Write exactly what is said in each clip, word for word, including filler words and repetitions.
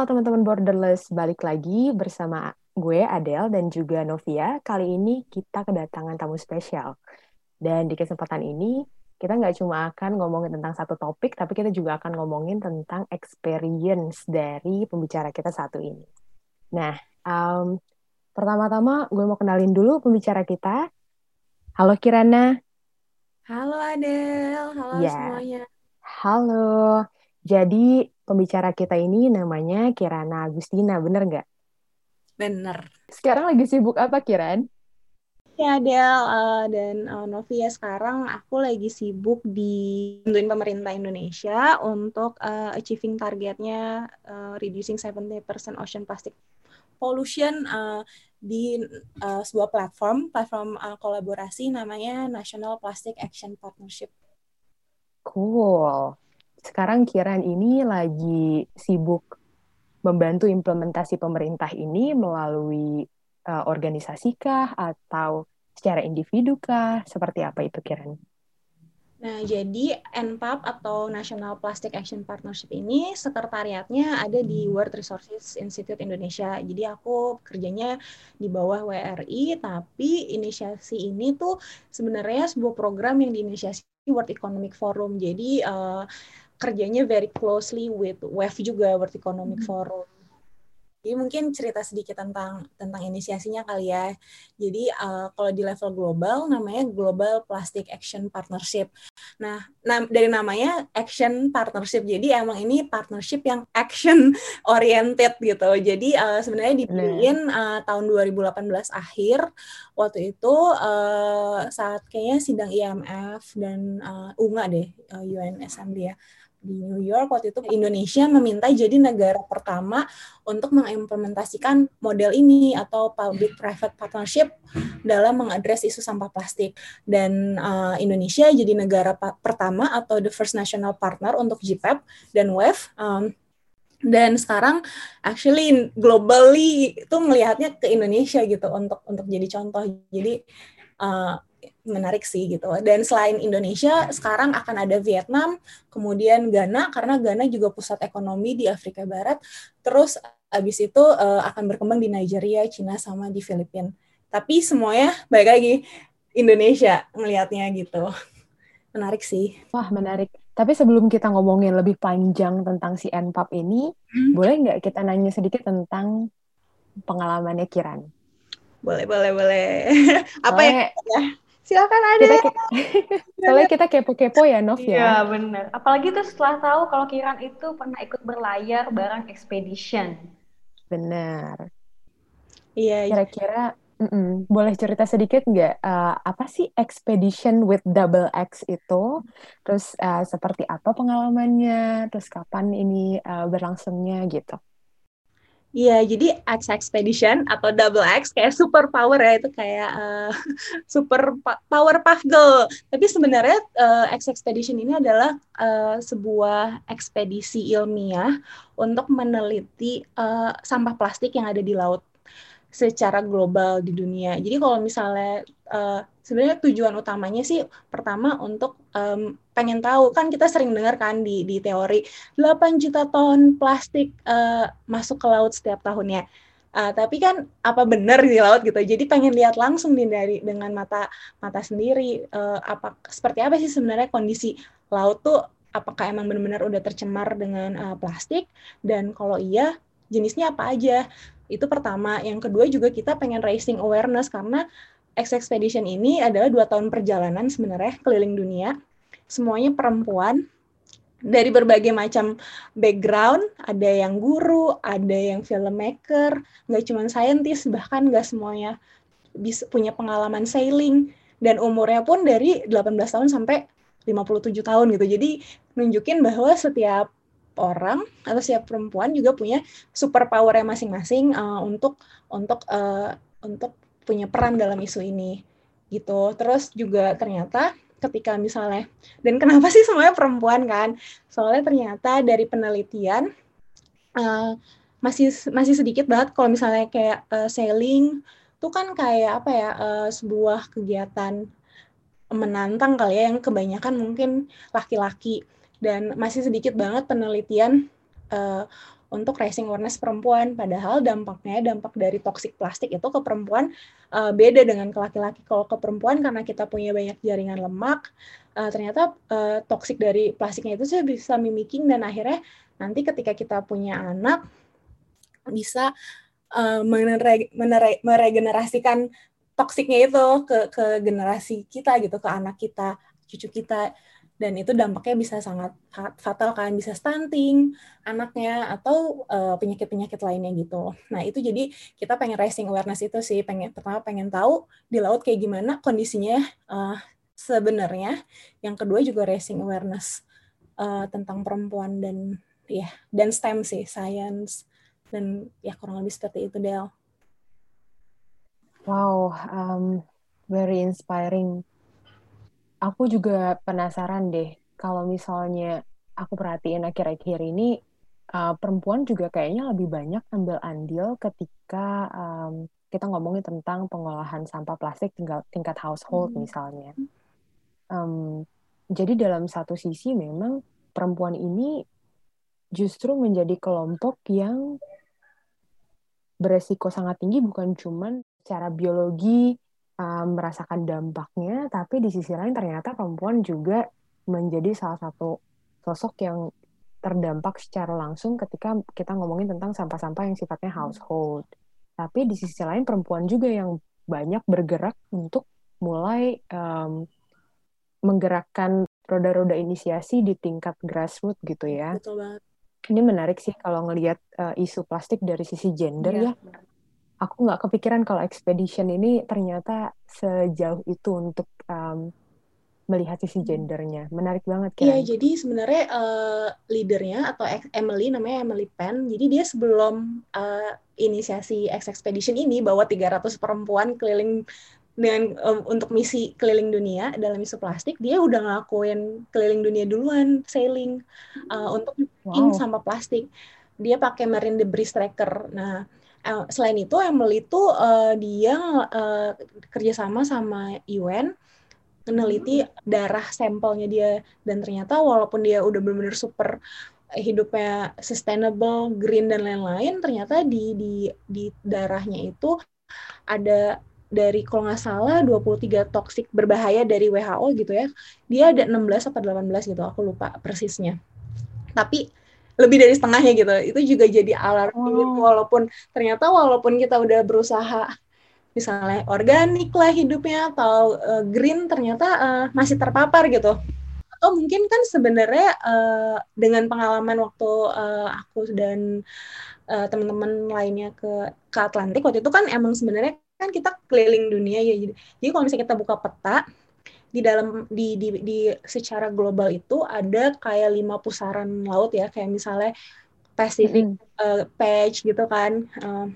teman-teman Borderless, balik lagi bersama gue Adele dan juga Novia. Kali ini kita kedatangan tamu spesial. Dan di kesempatan ini kita nggak cuma akan ngomongin tentang satu topik, tapi kita juga akan ngomongin tentang experience dari pembicara kita satu ini. Nah, um, pertama-tama gue mau kenalin dulu pembicara kita. Halo Kirana. Halo Adel, halo Ya, semuanya. halo. Jadi pembicara kita ini namanya Kirana Agustina, bener nggak? Bener. Sekarang lagi sibuk apa, Kiran? Ya Adel uh, dan uh, Novi ya, sekarang aku lagi sibuk di bantuin pemerintah Indonesia untuk uh, achieving targetnya uh, reducing seventy percent ocean plastic pollution uh, di uh, sebuah platform, platform uh, kolaborasi namanya National Plastic Action Partnership. Cool. Sekarang Kiran ini lagi sibuk membantu implementasi pemerintah ini melalui uh, organisasi kah atau secara individu kah? Seperti apa itu Kiran? Nah, jadi N P A P atau National Plastic Action Partnership ini sekretariatnya ada di World Resources Institute Indonesia. Jadi aku kerjanya di bawah W R I, tapi inisiasi ini tuh sebenarnya sebuah program yang diinisiasi World Economic Forum. Jadi uh, kerjanya very closely with W E F juga, World Economic Forum. Jadi mungkin cerita sedikit tentang tentang inisiasinya kali ya. Jadi uh, kalau di level global namanya Global Plastic Action Partnership. Nah, nam- dari namanya Action Partnership. Jadi emang ini partnership yang action oriented gitu. Jadi uh, sebenarnya Nah, didiriin uh, tahun dua ribu delapan belas akhir. Waktu itu uh, saat kayaknya sidang I M F dan uh, U N G A deh, uh, U N Assembly ya, di New York. Waktu itu Indonesia meminta jadi negara pertama untuk mengimplementasikan model ini atau public-private partnership dalam mengadres isu sampah plastik. Dan uh, Indonesia jadi negara pa- pertama atau the first national partner untuk G P E P dan W E F. Um, dan sekarang actually globally itu melihatnya ke Indonesia gitu untuk untuk jadi contoh. Jadi uh, menarik sih gitu. Dan selain Indonesia, sekarang akan ada Vietnam, kemudian Ghana, karena Ghana juga pusat ekonomi di Afrika Barat. Terus habis itu uh, akan berkembang di Nigeria, Cina, sama di Filipina. Tapi semuanya balik lagi Indonesia ngelihatnya gitu. Menarik sih. wah menarik. Tapi sebelum kita ngomongin lebih panjang tentang si N P A P ini, Hmm, boleh nggak kita nanya sedikit tentang pengalamannya Kiran? boleh, boleh, boleh. Apa yang Soalnya ya? Silakan ada. kita ke- soalnya kita kepo-kepo ya, Nov Iya, ya. bener. Apalagi tuh setelah tahu kalau Kiran itu pernah ikut berlayar bareng Expedition. Benar. Iya, Kira-kira, mm-mm, boleh cerita sedikit nggak, eh, apa sih Expedition with Double X itu? Terus eh, seperti apa pengalamannya? Terus kapan ini eh, berlangsungnya gitu? iya, jadi X Expedition atau Double X kayak super power ya, itu kayak uh, super pa- power puff girl. Tapi sebenarnya uh, X Expedition ini adalah uh, sebuah ekspedisi ilmiah untuk meneliti uh, sampah plastik yang ada di laut secara global di dunia. Jadi kalau misalnya uh, sebenarnya tujuan utamanya sih pertama untuk um, pengen tahu, kan kita sering dengar kan di di teori delapan juta ton plastik uh, masuk ke laut setiap tahunnya. Uh, tapi kan apa benar di laut gitu. Jadi pengen lihat langsung nih dari dengan mata mata sendiri uh, apa seperti apa sih sebenarnya kondisi laut tuh, apakah emang benar-benar udah tercemar dengan uh, plastik, dan kalau iya jenisnya apa aja. Itu pertama. Yang kedua juga kita pengen raising awareness karena X Expedition ini adalah dua tahun perjalanan sebenarnya keliling dunia. Semuanya perempuan dari berbagai macam background, ada yang guru, ada yang filmmaker, nggak cuma saintis, bahkan nggak semuanya bisa punya pengalaman sailing, dan umurnya pun dari delapan belas tahun sampai lima puluh tujuh tahun gitu. Jadi nunjukin bahwa setiap orang atau setiap perempuan juga punya super power-nya masing-masing uh, untuk untuk uh, untuk punya peran dalam isu ini gitu. Terus juga ternyata ketika misalnya, dan kenapa sih semuanya perempuan kan? Soalnya ternyata dari penelitian uh, masih masih sedikit banget kalau misalnya kayak uh, sailing itu kan kayak apa ya, uh, sebuah kegiatan menantang kali ya, yang kebanyakan mungkin laki-laki, dan masih sedikit banget penelitian uh, untuk raising awareness perempuan. Padahal dampaknya, dampak dari toxic plastik itu ke perempuan uh, beda dengan ke laki-laki. Kalau ke perempuan karena kita punya banyak jaringan lemak, uh, ternyata uh, toxic dari plastiknya itu saya bisa mimicking dan akhirnya nanti ketika kita punya anak bisa uh, menere- menere- meregenerasikan toksiknya itu ke ke generasi kita gitu, ke anak kita, cucu kita, dan itu dampaknya bisa sangat fatal kan, bisa stunting anaknya atau uh, penyakit-penyakit lainnya gitu. Nah itu jadi kita pengen raising awareness itu sih, pengen pertama pengen tahu di laut kayak gimana kondisinya uh, sebenarnya, yang kedua juga raising awareness uh, tentang perempuan dan ya dan STEM sih, science dan ya kurang lebih seperti itu Del. Wow, um, very inspiring. Aku juga penasaran deh, kalau misalnya aku perhatiin akhir-akhir ini, uh, perempuan juga kayaknya lebih banyak ambil andil ketika um, kita ngomongin tentang pengolahan sampah plastik tinggal, tingkat household Hmm. misalnya. Um, jadi dalam satu sisi memang perempuan ini justru menjadi kelompok yang beresiko sangat tinggi, bukan cuman secara biologi uh, merasakan dampaknya, tapi di sisi lain ternyata perempuan juga menjadi salah satu sosok yang terdampak secara langsung ketika kita ngomongin tentang sampah-sampah yang sifatnya household. Tapi di sisi lain perempuan juga yang banyak bergerak untuk mulai um, menggerakkan roda-roda inisiasi di tingkat grassroots gitu ya. Betul banget. Ini menarik sih kalau ngelihat uh, isu plastik dari sisi gender Iya. ya. Aku nggak kepikiran kalau expedition ini ternyata sejauh itu untuk um, melihat sisi gendernya. Menarik banget, Iya, Kiran. jadi sebenarnya uh, leadernya atau Emily, namanya Emily Penn, jadi dia sebelum uh, inisiasi X-Expedition ini bawa tiga ratus perempuan keliling dengan um, untuk misi keliling dunia dalam isu plastik, dia udah ngelakuin keliling dunia duluan, sailing, uh, untuk Wow. sampah plastik. Dia pakai marine debris tracker. Nah, uh, selain itu Emily itu uh, dia uh, kerjasama sama U N, meneliti darah sampelnya dia, dan ternyata walaupun dia udah benar-benar super hidupnya sustainable, green dan lain-lain, ternyata di di di darahnya itu ada dari kalau nggak salah dua puluh tiga toksik berbahaya dari W H O gitu ya. Dia ada enam belas atau delapan belas gitu, aku lupa persisnya. Tapi lebih dari setengahnya gitu. Itu juga jadi alarming gitu, walaupun ternyata walaupun kita udah berusaha misalnya organik lah hidupnya atau uh, green, ternyata uh, masih terpapar gitu. Atau mungkin kan sebenarnya uh, dengan pengalaman waktu uh, aku dan uh, teman-teman lainnya ke ke Atlantik waktu itu kan emang sebenarnya kan kita keliling dunia ya. Jadi, jadi kalau misalnya kita buka peta di dalam di, di di secara global itu ada kayak lima pusaran laut ya, kayak misalnya Pacific mm-hmm. uh, Patch gitu kan. Uh,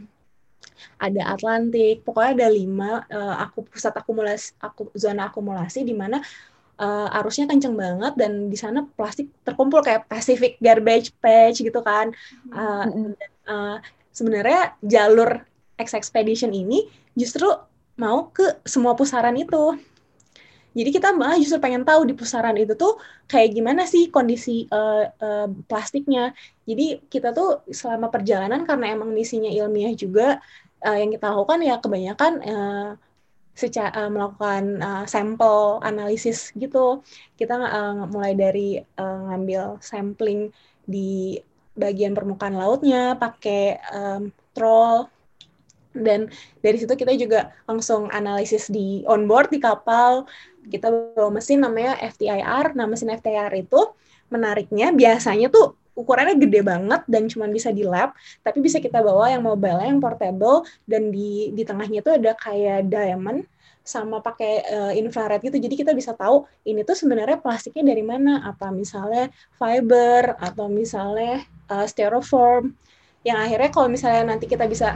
ada Atlantik, pokoknya ada lima uh, aku pusat akumulasi, aku zona akumulasi di mana uh, arusnya kenceng banget dan di sana plastik terkumpul kayak Pacific Garbage Patch gitu kan. Uh, mm-hmm. dan, uh, sebenarnya jalur X-Expedition ini justru mau ke semua pusaran itu. Jadi kita malah justru pengen tahu di pusaran itu tuh kayak gimana sih kondisi uh, uh, plastiknya. Jadi kita tuh selama perjalanan karena emang misinya ilmiah juga, uh, yang kita lakukan ya kebanyakan uh, secara uh, melakukan uh, sampel analisis gitu. Kita uh, mulai dari uh, ngambil sampling di bagian permukaan lautnya pakai um, troll, dan dari situ kita juga langsung analisis di onboard di kapal. Kita bawa mesin namanya F T I R. Nah, mesin F T I R itu menariknya biasanya tuh ukurannya gede banget dan cuma bisa di lab, tapi bisa kita bawa yang mobile, yang portable, dan di di tengahnya tuh ada kayak diamond sama pakai uh, infrared gitu. Jadi kita bisa tahu ini tuh sebenarnya plastiknya dari mana, apa misalnya fiber atau misalnya uh, styrofoam. Yang akhirnya kalau misalnya nanti kita bisa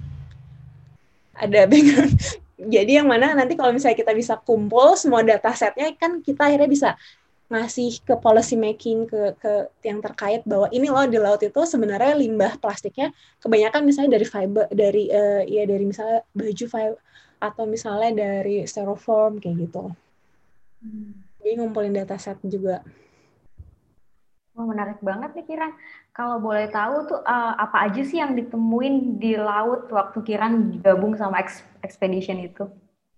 ada background. Jadi yang mana nanti kalau misalnya kita bisa kumpul semua data setnya, kan kita akhirnya bisa ngasih ke policy making, ke ke yang terkait bahwa ini loh di laut itu sebenarnya limbah plastiknya kebanyakan misalnya dari fiber, dari uh, ya dari misalnya baju fiber atau misalnya dari styrofoam kayak gitu. Hmm. Jadi ngumpulin data set juga. Wah, menarik banget nih Kiran. Kalau boleh tahu tuh uh, apa aja sih yang ditemuin di laut waktu Kiran gabung sama eks- expedition itu?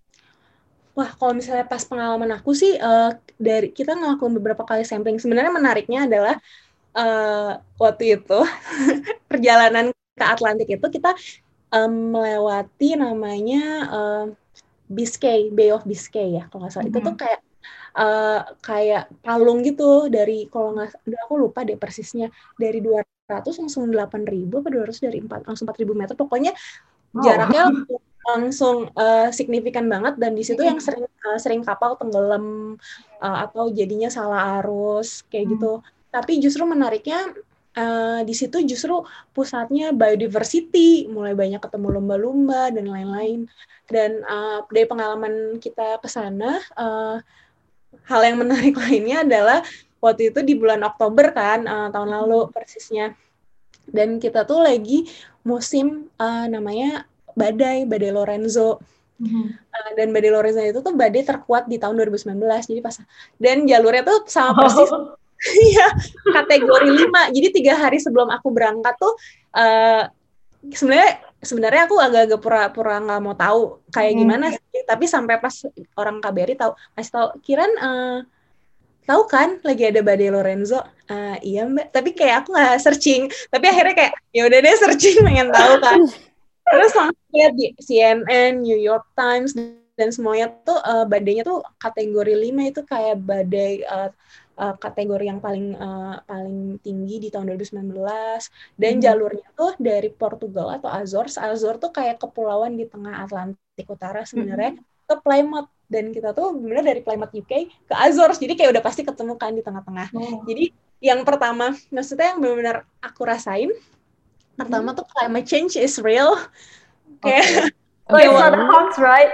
Wah, kalau misalnya pas pengalaman aku sih, uh, dari kita ngelakuin beberapa kali sampling. Sebenarnya menariknya adalah uh, waktu itu perjalanan ke Atlantik itu kita um, melewati namanya uh, Biscay, Bay of Biscay ya, kalau nggak salah. Mm-hmm. Itu tuh kayak uh, kayak palung gitu dari, kalau nggak, aku lupa deh persisnya, dari dua ratus langsung delapan ribu apa dua ratus dari empat langsung empat ribu meter. Pokoknya oh. jaraknya langsung uh, signifikan banget, dan di situ yang sering uh, sering kapal tenggelam uh, atau jadinya salah arus kayak gitu. Tapi justru menariknya uh, di situ justru pusatnya biodiversity, mulai banyak ketemu lumba-lumba dan lain-lain. Dan uh, dari pengalaman kita ke sana, uh, hal yang menarik lainnya adalah waktu itu di bulan Oktober kan, uh, tahun lalu persisnya. Dan kita tuh lagi musim uh, namanya badai, badai Lorenzo. Mm-hmm. Uh, dan badai Lorenzo itu tuh badai terkuat di tahun dua ribu sembilan belas. Jadi pas, dan jalurnya tuh sama persis ya, kategori lima. Jadi tiga hari sebelum aku berangkat tuh uh, sebenarnya sebenarnya aku agak-agak pura-pura nggak mau tahu kayak mm-hmm. gimana sih. Tapi sampai pas orang K B R I tahu, masih tahu, Kiran uh, tahu kan lagi ada badai Lorenzo. Uh, iya mbak, tapi kayak aku nggak searching, tapi akhirnya kayak ya udah deh searching, pengen tahu kan. Terus langsung lihat di C N N, New York Times, dan semuanya tuh uh, badainya tuh kategori lima, itu kayak badai uh, uh, kategori yang paling uh, paling tinggi di tahun dua ribu sembilan belas. Dan hmm. jalurnya tuh dari Portugal atau Azores. Azores tuh kayak kepulauan di tengah Atlantik Utara sebenarnya, hmm. ke Plymouth. Dan kita tuh bener dari Plymouth U K ke Azores, jadi kayak udah pasti ketemu kan di tengah-tengah. Oh. Jadi yang pertama, maksudnya yang benar-benar aku rasain, mm-hmm. pertama tuh climate change is real. Kayak, oh, it's not a hoax, right?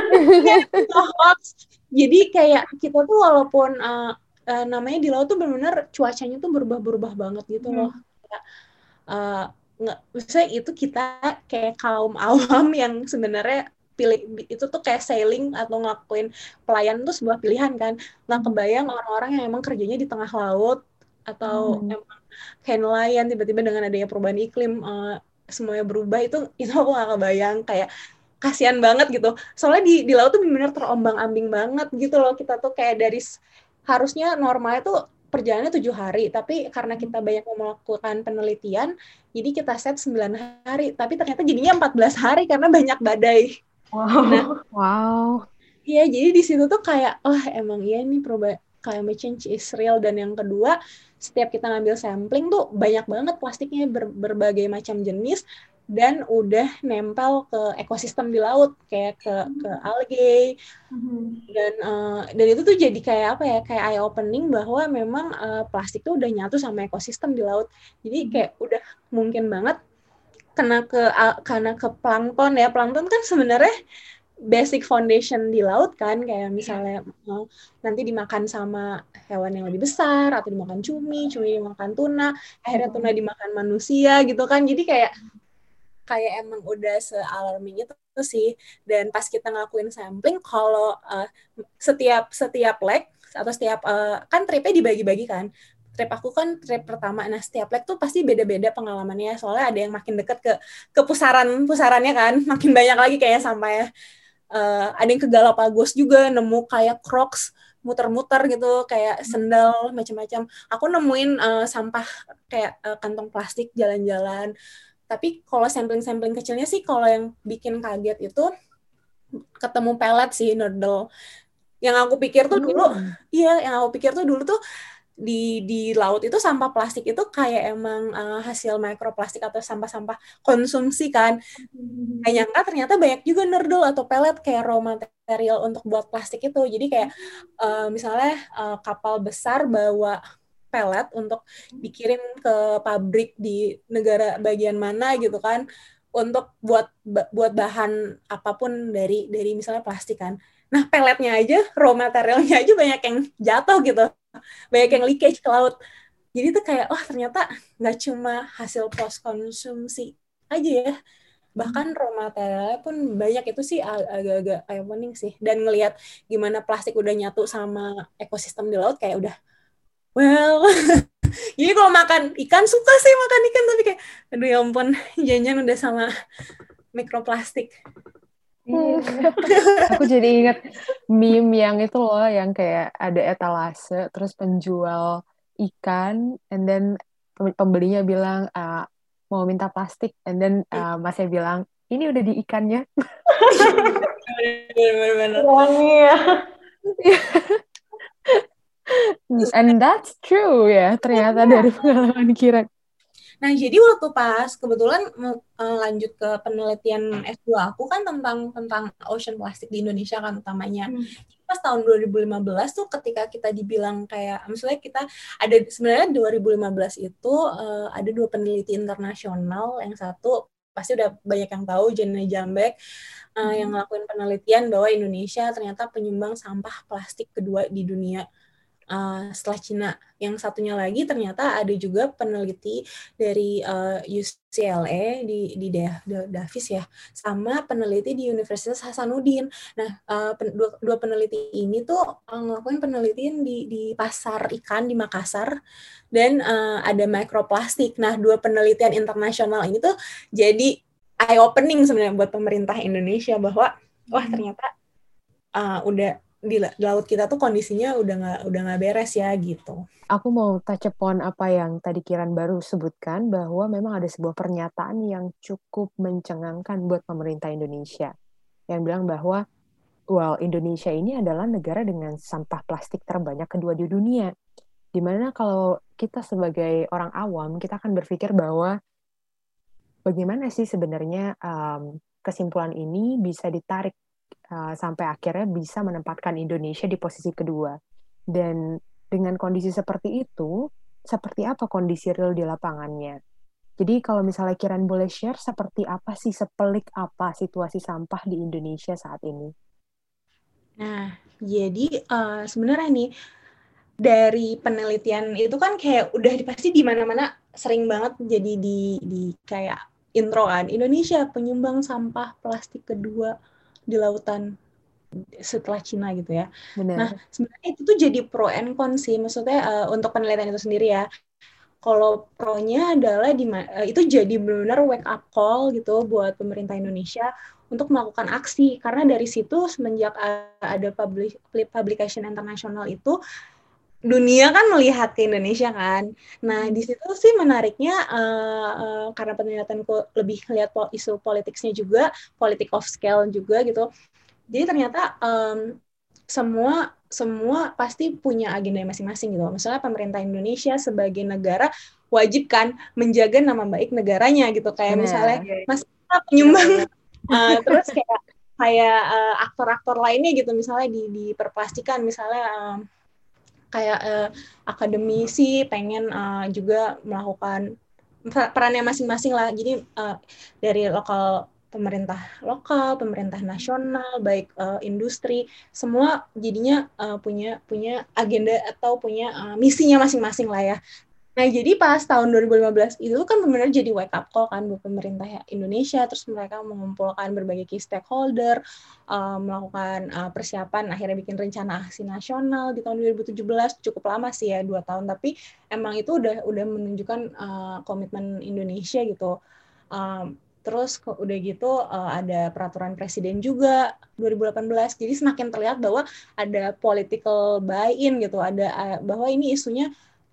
It's not a hoax. Jadi kayak kita tuh walaupun uh, uh, namanya di laut tuh benar-benar cuacanya tuh berubah-berubah banget gitu loh. Mm. Kayak, uh, nggak, maksudnya itu kita kayak kaum awam yang sebenarnya pilih itu tuh kayak sailing atau ngelakuin pelayan tuh sebuah pilihan kan. Nggak kebayang orang-orang yang emang kerjanya di tengah laut atau hmm. emang kayak nelayan, tiba-tiba dengan adanya perubahan iklim uh, semuanya berubah, itu itu aku nggak kebayang, kayak kasihan banget gitu. Soalnya di di laut tuh benar-benar terombang-ambing banget gitu loh. Kita tuh kayak dari harusnya normalnya tuh perjalanannya tujuh hari, tapi karena kita banyak melakukan penelitian, jadi kita set sembilan hari, tapi ternyata jadinya empat belas hari karena banyak badai. Wow. Nah, wow. Iya, jadi di situ tuh kayak, oh emang iya nih perubahan climate change is real. Dan yang kedua, setiap kita ngambil sampling tuh banyak banget plastiknya, ber, berbagai macam jenis, dan udah nempel ke ekosistem di laut, kayak ke ke algae. Mm-hmm. Dan uh, dan itu tuh jadi kayak apa ya, kayak eye opening bahwa memang uh, plastik tuh udah nyatu sama ekosistem di laut. Jadi kayak udah mungkin banget kena ke uh, karena ke plankton ya. Plankton kan sebenarnya basic foundation di laut kan, kayak misalnya yeah. nanti dimakan sama hewan yang lebih besar, atau dimakan cumi, cumi dimakan tuna, akhirnya tuna dimakan manusia gitu kan. Jadi kayak kayak emang udah se-alarming itu sih. Dan pas kita ngelakuin sampling, kalau uh, setiap setiap leg atau setiap uh, kan tripnya dibagi-bagi kan. Trip aku kan trip pertama, nah setiap leg tuh pasti beda-beda pengalamannya, soalnya ada yang makin deket ke ke pusaran pusarannya kan, makin banyak lagi kayak sampahnya. Uh, ada yang ke Galapagos juga, nemu kayak Crocs muter-muter gitu, kayak sendal macam-macam. Aku nemuin uh, sampah kayak uh, kantong plastik jalan-jalan. Tapi kalau sampling-sampling kecilnya sih, kalau yang bikin kaget itu ketemu pelet sih, nurdle. Yang aku pikir tuh dulu, hmm. iya, yang aku pikir tuh dulu tuh di di laut itu sampah plastik itu kayak emang uh, hasil mikroplastik atau sampah-sampah konsumsi kan. Hmm. Kayak nyangka ternyata banyak juga nurdle atau pelet kayak raw material untuk buat plastik itu. Jadi kayak uh, misalnya uh, kapal besar bawa pelet untuk dikirim ke pabrik di negara bagian mana gitu kan, untuk buat buat bahan apapun dari dari misalnya plastik kan. Nah, peletnya aja, raw materialnya aja banyak yang jatuh gitu. Banyak yang leakage ke laut. Jadi tuh kayak, oh ternyata nggak cuma hasil post konsumsi aja ya, bahkan raw materialnya pun banyak. Itu sih agak-agak eye-opening sih. Dan ngelihat gimana plastik udah nyatu sama ekosistem di laut, kayak udah, well, Jadi kalau makan ikan, suka sih makan ikan, tapi kayak, aduh ya ampun, jangan-jangan udah sama mikroplastik. Iya. Aku jadi ingat meme yang itu loh, yang kayak ada etalase, terus penjual ikan, and then pembelinya bilang, uh, mau minta plastik, and then uh, masnya bilang, ini udah di ikannya. Bener-bener. Iya. And that's true ya, ternyata dari pengalaman Kiran. Nah, jadi waktu pas kebetulan uh, lanjut ke penelitian S dua aku kan tentang tentang ocean plastic di Indonesia kan utamanya. Hmm. Pas tahun dua ribu lima belas tuh ketika kita dibilang kayak, misalnya kita ada, sebenarnya dua ribu lima belas itu uh, ada dua peneliti internasional, yang satu pasti udah banyak yang tahu, Jana Jambek, uh, hmm. yang ngelakuin penelitian bahwa Indonesia ternyata penyumbang sampah plastik kedua di dunia. Uh, setelah Cina. Yang satunya lagi ternyata ada juga peneliti dari uh, U C L A di di Davis ya, sama peneliti di Universitas Hasanuddin. Nah, uh, pen, dua, dua peneliti ini tuh uh, ngelakuin penelitian di di pasar ikan di Makassar, dan uh, ada mikroplastik. Nah, dua penelitian internasional ini tuh jadi eye opening sebenarnya buat pemerintah Indonesia bahwa wah ternyata uh, udah di laut kita tuh kondisinya udah nggak udah nggak beres ya gitu. Aku mau touch upon apa yang tadi Kiran baru sebutkan, bahwa memang ada sebuah pernyataan yang cukup mencengangkan buat pemerintah Indonesia, yang bilang bahwa well, Indonesia ini adalah negara dengan sampah plastik terbanyak kedua di dunia. Dimana kalau kita sebagai orang awam, kita akan berpikir bahwa bagaimana sih sebenarnya um, kesimpulan ini bisa ditarik Uh, sampai akhirnya bisa menempatkan Indonesia di posisi kedua. Dan dengan kondisi seperti itu, seperti apa kondisi real di lapangannya? Jadi kalau misalnya Kiran boleh share, seperti apa sih, sepelik apa situasi sampah di Indonesia saat ini? Nah, jadi uh, sebenarnya nih, dari penelitian itu kan kayak udah pasti di mana-mana sering banget jadi di, di kayak intro kan, Indonesia penyumbang sampah plastik kedua di lautan setelah Cina gitu ya. Benar. Nah, sebenarnya itu tuh jadi pro and con sih, maksudnya uh, untuk penelitian itu sendiri ya. Kalau pro-nya adalah di uh, itu jadi benar-benar wake up call gitu buat pemerintah Indonesia untuk melakukan aksi, karena dari situ semenjak uh, ada publish, publication internasional itu dunia kan melihat ke Indonesia kan. Nah, di situ sih menariknya uh, uh, karena penelitianku lebih lihat po- isu politiknya juga, politik of scale juga gitu. Jadi ternyata um, semua semua pasti punya agenda masing-masing gitu. Misalnya pemerintah Indonesia sebagai negara wajib kan menjaga nama baik negaranya gitu. Kayak Bener. Misalnya Mas penyumbang uh, terus kayak kayak uh, aktor-aktor lainnya gitu, misalnya di diperpastikan misalnya um, kayak uh, akademisi pengen uh, juga melakukan perannya masing-masing lah. Jadi uh, dari lokal pemerintah lokal, pemerintah nasional, baik uh, industri, semua jadinya uh, punya punya agenda atau punya uh, misinya masing-masing lah ya. Nah, jadi pas tahun dua ribu lima belas itu kan benar-benar jadi wake up call kan buat pemerintah Indonesia, terus mereka mengumpulkan berbagai key stakeholder, uh, melakukan uh, persiapan, akhirnya bikin rencana aksi nasional di tahun dua ribu tujuh belas, cukup lama sih ya, dua tahun, tapi emang itu udah udah menunjukkan uh, komitmen Indonesia gitu. Um, Terus udah gitu uh, ada peraturan presiden juga dua ribu delapan belas. Jadi semakin terlihat bahwa ada political buy-in gitu, ada uh, bahwa ini isunya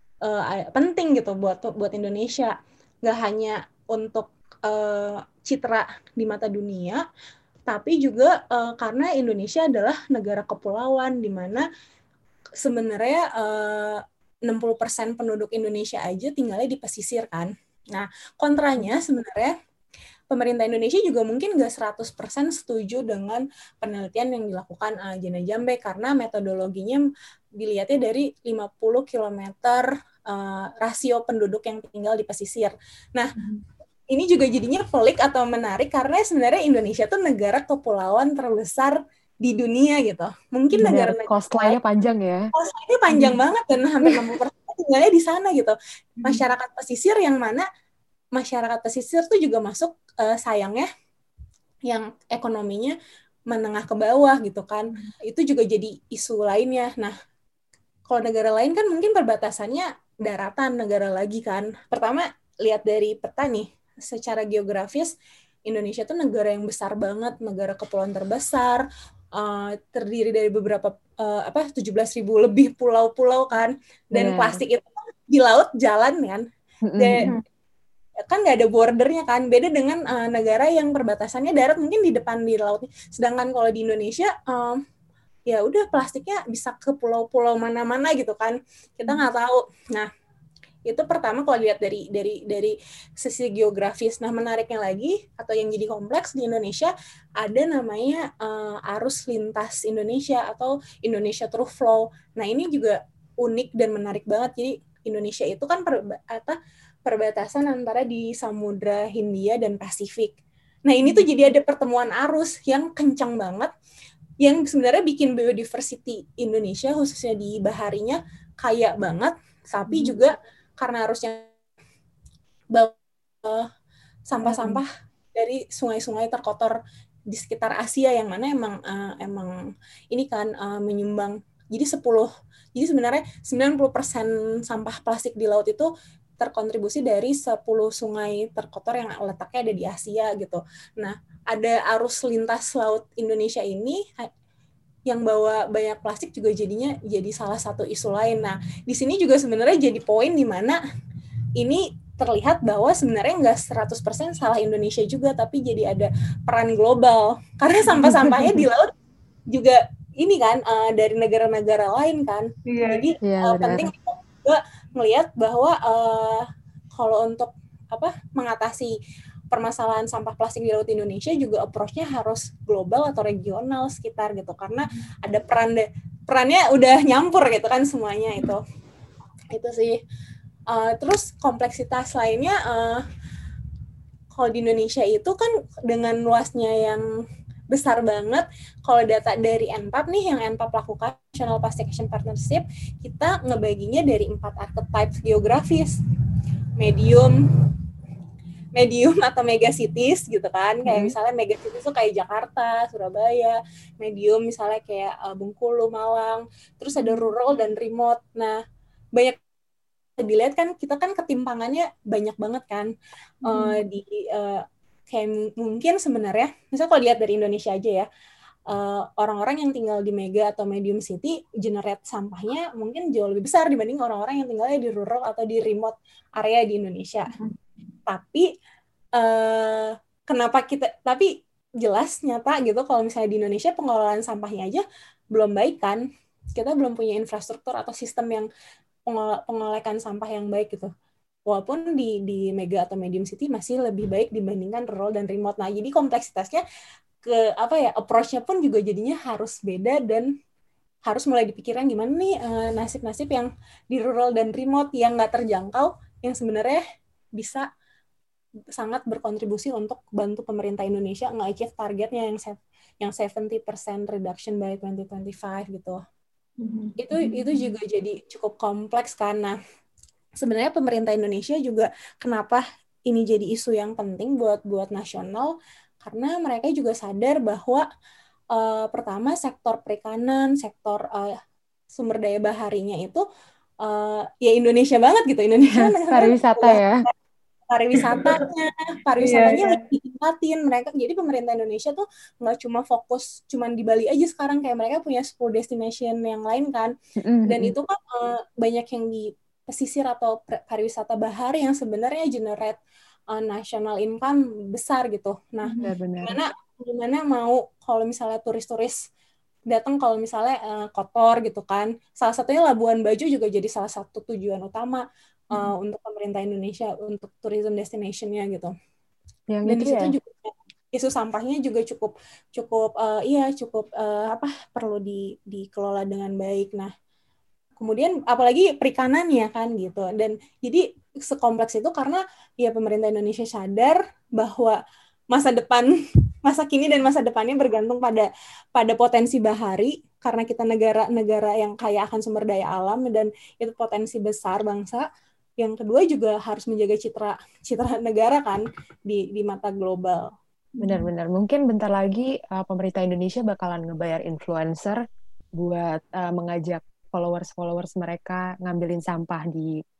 uh, penting gitu buat buat Indonesia. Nggak hanya untuk uh, citra di mata dunia, tapi juga uh, karena Indonesia adalah negara kepulauan di mana sebenarnya uh, enam puluh persen penduduk Indonesia aja tinggalnya di pesisir kan. Nah, kontranya sebenarnya pemerintah Indonesia juga mungkin nggak seratus persen setuju dengan penelitian yang dilakukan uh, Jana Jambek, karena metodologinya dilihatnya dari lima puluh kilometer uh, rasio penduduk yang tinggal di pesisir. Nah, hmm. ini juga jadinya pelik atau menarik karena sebenarnya Indonesia tuh negara kepulauan terbesar di dunia gitu. Mungkin Benar, negara-negara coastline-nya panjang ya. Coastline-nya panjang hmm. banget dan hampir enam puluh persen tinggalnya di sana gitu. Masyarakat pesisir yang mana masyarakat pesisir tuh juga masuk uh, sayangnya yang ekonominya menengah ke bawah gitu kan. Hmm. Itu juga jadi isu lainnya. Nah, kalau negara lain kan mungkin perbatasannya daratan negara lagi kan. Pertama, lihat dari peta nih, secara geografis, Indonesia tuh negara yang besar banget, negara kepulauan terbesar, uh, terdiri dari beberapa, uh, apa, tujuh belas ribu lebih pulau-pulau kan, dan Benar. plastik itu di laut jalan kan, dan kan nggak ada bordernya kan, beda dengan uh, negara yang perbatasannya darat mungkin di depan di laut. Sedangkan kalau di Indonesia, um, ya udah plastiknya bisa ke pulau-pulau mana-mana gitu kan, kita nggak tahu. Nah itu pertama kalau lihat dari dari dari sisi geografis. Nah menariknya lagi atau yang jadi kompleks di Indonesia ada namanya uh, arus lintas Indonesia atau Indonesia Through Flow. Nah ini juga unik dan menarik banget. Jadi Indonesia itu kan per, apa, perbatasan antara di Samudra Hindia dan Pasifik. Nah ini tuh jadi ada pertemuan arus yang kencang banget, yang sebenarnya bikin biodiversity Indonesia khususnya di baharinya kaya banget, tapi hmm. juga karena harusnya bawa sampah-sampah hmm. dari sungai-sungai terkotor di sekitar Asia yang mana emang uh, emang ini kan uh, menyumbang. Jadi sepuluh jadi sebenarnya sembilan puluh persen sampah plastik di laut itu terkontribusi dari sepuluh sungai terkotor yang letaknya ada di Asia gitu. Nah, ada arus lintas laut Indonesia ini yang bawa banyak plastik juga jadinya jadi salah satu isu lain. Nah, di sini juga sebenarnya jadi poin di mana ini terlihat bahwa sebenarnya nggak seratus persen salah Indonesia juga, tapi jadi ada peran global. Karena sampah-sampahnya di laut juga ini kan uh, dari negara-negara lain kan. Yeah. Jadi yeah, uh, penting juga melihat bahwa uh, kalau untuk apa mengatasi permasalahan sampah plastik di laut Indonesia juga approach-nya harus global atau regional sekitar gitu, karena ada peran de, perannya udah nyampur gitu kan semuanya itu itu sih. Uh, terus kompleksitas lainnya uh, kalau di Indonesia itu kan dengan luasnya yang besar banget. Kalau data dari N P A P nih yang N P A P lakukan, National Plastic Action Partnership, kita ngebaginya dari empat archetype geografis, medium, medium atau megacities gitu kan, kayak hmm. misalnya megacities itu kayak Jakarta, Surabaya, medium misalnya kayak uh, Bengkulu, Malang, terus ada rural dan remote. Nah, banyak dilihat kan, kita kan ketimpangannya banyak banget kan, hmm. uh, di uh, kayak mungkin sebenarnya, misalnya kalau lihat dari Indonesia aja ya, uh, orang-orang yang tinggal di mega atau medium city generate sampahnya mungkin jauh lebih besar dibanding orang-orang yang tinggalnya di rural atau di remote area di Indonesia. Hmm. Tapi uh, kenapa kita tapi jelas nyata gitu kalau misalnya di Indonesia pengelolaan sampahnya aja belum baik kan, kita belum punya infrastruktur atau sistem yang pengelolaan sampah yang baik gitu, walaupun di di mega atau medium city masih lebih baik dibandingkan rural dan remote. Nah jadi kompleksitasnya ke apa ya, approach-nya pun juga jadinya harus beda dan harus mulai dipikirkan gimana nih uh, nasib-nasib yang di rural dan remote yang nggak terjangkau, yang sebenarnya bisa sangat berkontribusi untuk bantu pemerintah Indonesia nge-achieve targetnya yang yang seventy percent reduction by twenty twenty-five gitu. Mm-hmm. Itu itu juga jadi cukup kompleks karena sebenarnya pemerintah Indonesia juga kenapa ini jadi isu yang penting buat buat nasional, karena mereka juga sadar bahwa uh, pertama sektor perikanan, sektor uh, sumber daya baharinya itu uh, ya Indonesia banget gitu, Indonesia pariwisata ya. pariwisatanya, pariwisatanya yeah, yeah. lagi ditingkatin mereka. Jadi pemerintah Indonesia tuh nggak cuma fokus cuman di Bali aja sekarang, kayak mereka punya sepuluh destination yang lain kan. Mm-hmm. Dan itu kan uh, banyak yang di pesisir atau pariwisata bahari yang sebenarnya generate uh, national income besar gitu. Nah, mm-hmm. gimana gimana mau kalau misalnya turis-turis datang kalau misalnya uh, kotor gitu kan. Salah satunya Labuan Bajo juga jadi salah satu tujuan utama Uh, hmm. untuk pemerintah Indonesia untuk tourism destination-nya gitu. Yang dan di situ ya? Juga isu sampahnya juga cukup cukup uh, iya cukup uh, apa perlu di dikelola dengan baik. Nah, kemudian apalagi perikanannya kan gitu. Dan jadi sekompleks itu karena ya pemerintah Indonesia sadar bahwa masa depan masa kini dan masa depannya bergantung pada pada potensi bahari, karena kita negara-negara yang kaya akan sumber daya alam dan itu potensi besar bangsa. Yang kedua juga harus menjaga citra citra negara kan di di mata global. Benar-benar. Mungkin bentar lagi uh, pemerintah Indonesia bakalan ngebayar influencer buat uh, mengajak followers-followers mereka ngambilin sampah di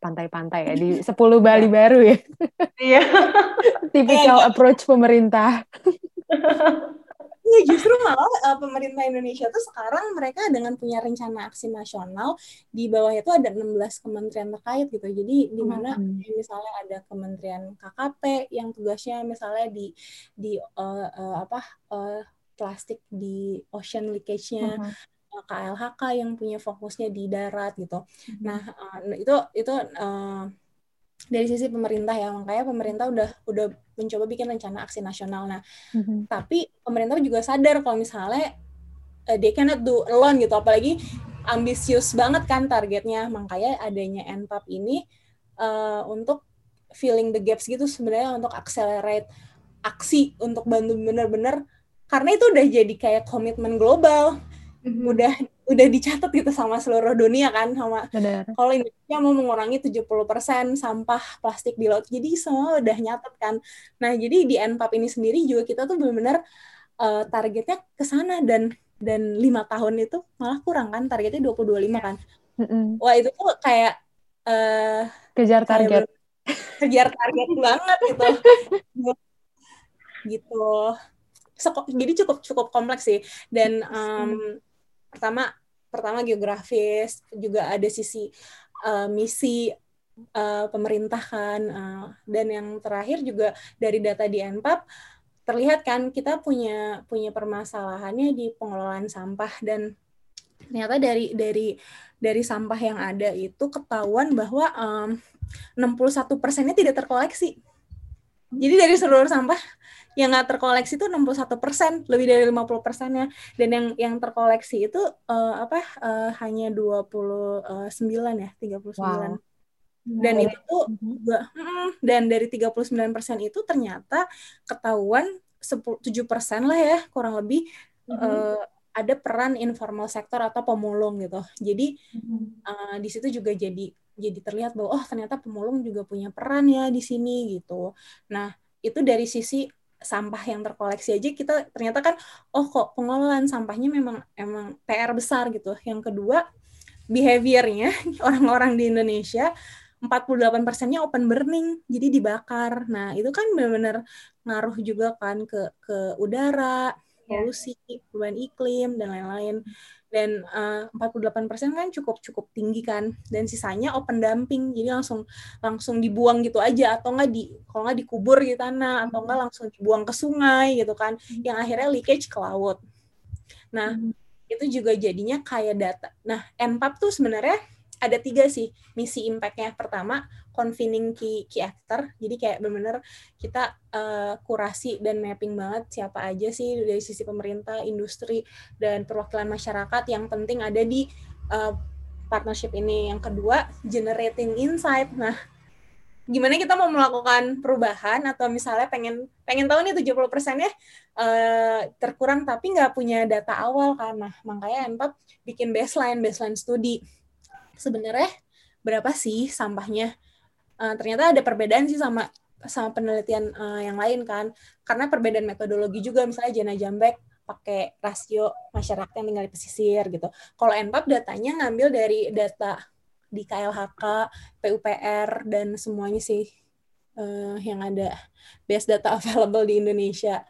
pantai-pantai ya, di sepuluh Bali baru ya. Iya. Typical approach pemerintah. Iya, justru malah uh, pemerintah Indonesia tuh sekarang mereka dengan punya rencana aksi nasional, di bawahnya itu ada enam belas kementerian terkait gitu. Jadi di mana Hmm. misalnya ada Kementerian K K P yang tugasnya misalnya di di uh, uh, apa uh, plastik di ocean leakage-nya, Mhm. uh, K L H K yang punya fokusnya di darat gitu. Mhm. Nah, uh, itu itu uh, dari sisi pemerintah ya, makanya pemerintah udah udah mencoba bikin rencana aksi nasional. Nah, Mhm. tapi pemerintah juga sadar kalau misalnya uh, they cannot do alone gitu, apalagi ambisius banget kan targetnya, makanya adanya N P A P ini uh, untuk filling the gaps gitu sebenarnya, untuk accelerate aksi untuk bantu bener-bener, karena itu udah jadi kayak komitmen global, Mhm. udah udah dicatat gitu sama seluruh dunia kan, sama Benar. kalau Indonesia mau mengurangi tujuh puluh persen sampah plastik di laut, jadi semua udah nyatet kan. Nah, jadi di N P A P ini sendiri juga kita tuh benar-benar uh, targetnya ke sana, dan dan lima tahun itu malah kurang kan, targetnya dua ribu dua puluh lima kan. Mm-mm. Wah, itu tuh kayak uh, Kejar target. kayak kejar target banget gitu. Gitu. So, jadi cukup cukup kompleks sih, dan um, pertama pertama geografis, juga ada sisi uh, misi uh, pemerintah kan, uh, dan yang terakhir juga dari data di N P A P terlihat kan kita punya punya permasalahannya di pengelolaan sampah, dan ternyata dari dari dari sampah yang ada itu ketahuan bahwa um, enam puluh satu persennya tidak terkoleksi. Jadi dari seluruh sampah yang nggak terkoleksi itu enam puluh satu persen, lebih dari lima puluh persennya. Dan yang yang terkoleksi itu uh, apa uh, hanya dua puluh sembilan ya, tiga puluh sembilan. Wow. Dan Wow. itu tuh juga, dan dari tiga puluh sembilan persen itu ternyata ketahuan tujuh persen lah ya, kurang lebih Mhm. uh, ada peran informal sektor atau pemulung gitu. Jadi Mhm. uh, di situ juga jadi jadi terlihat bahwa oh ternyata pemulung juga punya peran ya di sini gitu. Nah, itu dari sisi sampah yang terkoleksi aja kita ternyata kan oh kok pengelolaan sampahnya memang emang P R besar gitu. Yang kedua, behavior-nya orang-orang di Indonesia empat puluh delapan persennya open burning, jadi dibakar. Nah, itu kan benar-benar ngaruh juga kan ke ke udara, polusi, perubahan iklim, dan lain-lain. Dan uh, empat puluh delapan persen kan cukup cukup tinggi kan, dan sisanya open dumping, jadi langsung langsung dibuang gitu aja, atau nggak di kalau nggak dikubur di tanah, atau nggak langsung dibuang ke sungai gitu kan, yang akhirnya leakage ke laut. Nah, itu juga jadinya kayak data. Nah, N P A P tuh sebenarnya ada tiga sih misi impact-nya. Pertama, convening key, key actor. Jadi kayak benar-benar kita uh, kurasi dan mapping banget siapa aja sih dari sisi pemerintah, industri, dan perwakilan masyarakat yang penting ada di uh, partnership ini. Yang kedua, generating insight. Nah, gimana kita mau melakukan perubahan, atau misalnya pengen pengen tahu nih tujuh puluh persennya uh, terkurang tapi nggak punya data awal kan. Nah, makanya N P A P bikin baseline, baseline studi. Sebenarnya berapa sih sampahnya? Uh, ternyata ada perbedaan sih sama sama penelitian uh, yang lain kan. Karena perbedaan metodologi juga, misalnya Jana Jambek pakai rasio masyarakat yang tinggal di pesisir gitu. Kalau N P A P datanya ngambil dari data di K L H K, P U P R, dan semuanya sih uh, yang ada base data available di Indonesia.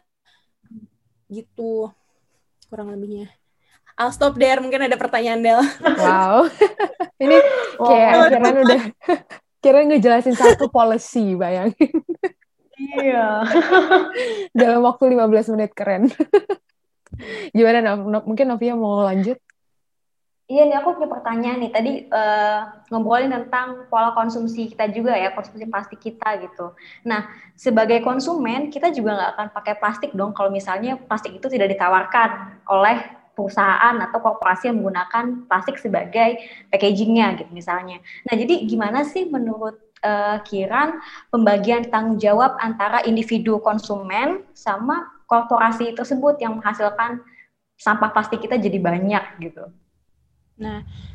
Gitu, kurang lebihnya. I'll stop there, mungkin ada pertanyaan, Del. Wow. Ini kayak Wow. kirain udah kirain ngejelasin satu policy, bayangin. Iya. Dalam waktu lima belas menit, keren. Gimana, Nov? Mungkin Novia mau lanjut? Iya nih, aku punya pertanyaan nih. Tadi uh, ngobrolin tentang pola konsumsi kita juga ya, konsumsi plastik kita gitu. Nah, sebagai konsumen, kita juga nggak akan pakai plastik dong kalau misalnya plastik itu tidak ditawarkan oleh perusahaan atau korporasi yang menggunakan plastik sebagai packagingnya gitu misalnya. Nah, jadi gimana sih menurut uh, Kiran pembagian tanggung jawab antara individu konsumen sama korporasi tersebut yang menghasilkan sampah plastik kita jadi banyak gitu? Nah,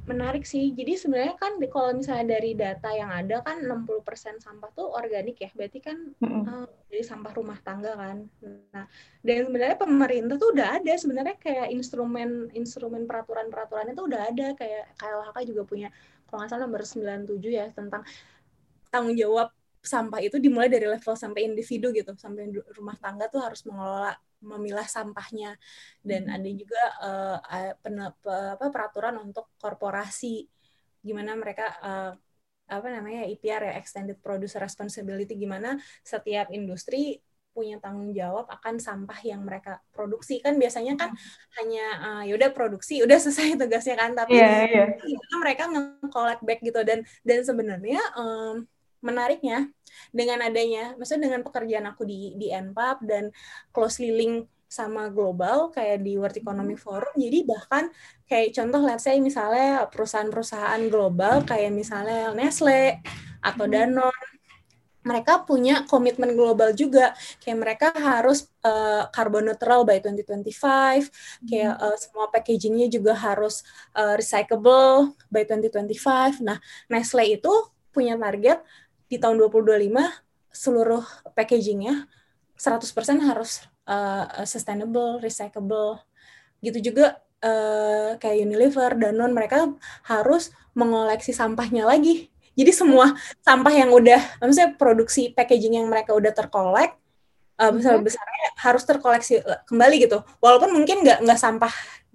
Menarik sih. Jadi sebenarnya kan di- kalau misalnya dari data yang ada kan enam puluh persen sampah tuh organik ya. Berarti kan Mm-mm. uh, dari sampah rumah tangga kan. Nah, dan sebenarnya pemerintah tuh udah ada sebenarnya kayak instrumen instrumen peraturan-peraturannya tuh udah ada, kayak K L H K juga punya kalau nggak salah nomor sembilan puluh tujuh ya, tentang tanggung jawab sampah itu dimulai dari level sampai individu gitu, sampai rumah tangga tuh harus mengelola memilah sampahnya. Dan ada juga uh, pen, apa, peraturan untuk korporasi, gimana mereka uh, apa namanya E P R ya, Extended Producer Responsibility, gimana setiap industri punya tanggung jawab akan sampah yang mereka produksi. Kan biasanya kan hanya uh, yaudah produksi udah selesai tugasnya kan, tapi Iya, iya. gimana mereka nge-collect back gitu. Dan dan sebenarnya um, menariknya dengan adanya, maksudnya dengan pekerjaan aku di di N P A P dan closely link sama global kayak di World Economic Forum, jadi bahkan kayak contoh let's say misalnya perusahaan-perusahaan global kayak misalnya Nestle atau Danone, mereka punya komitmen global juga, kayak mereka harus uh, carbon neutral by twenty twenty-five, kayak uh, semua packagingnya juga harus uh, recyclable by twenty twenty-five. Nah, Nestle itu punya target di tahun dua ribu dua puluh lima seluruh packagingnya seratus persen harus uh, sustainable, recyclable. Gitu juga uh, kayak Unilever, Danone, mereka harus mengoleksi sampahnya lagi. Jadi semua sampah yang udah, maksudnya produksi packaging yang mereka udah terkolek, uh, besar-besarnya harus terkoleksi kembali gitu. Walaupun mungkin nggak nggak sampah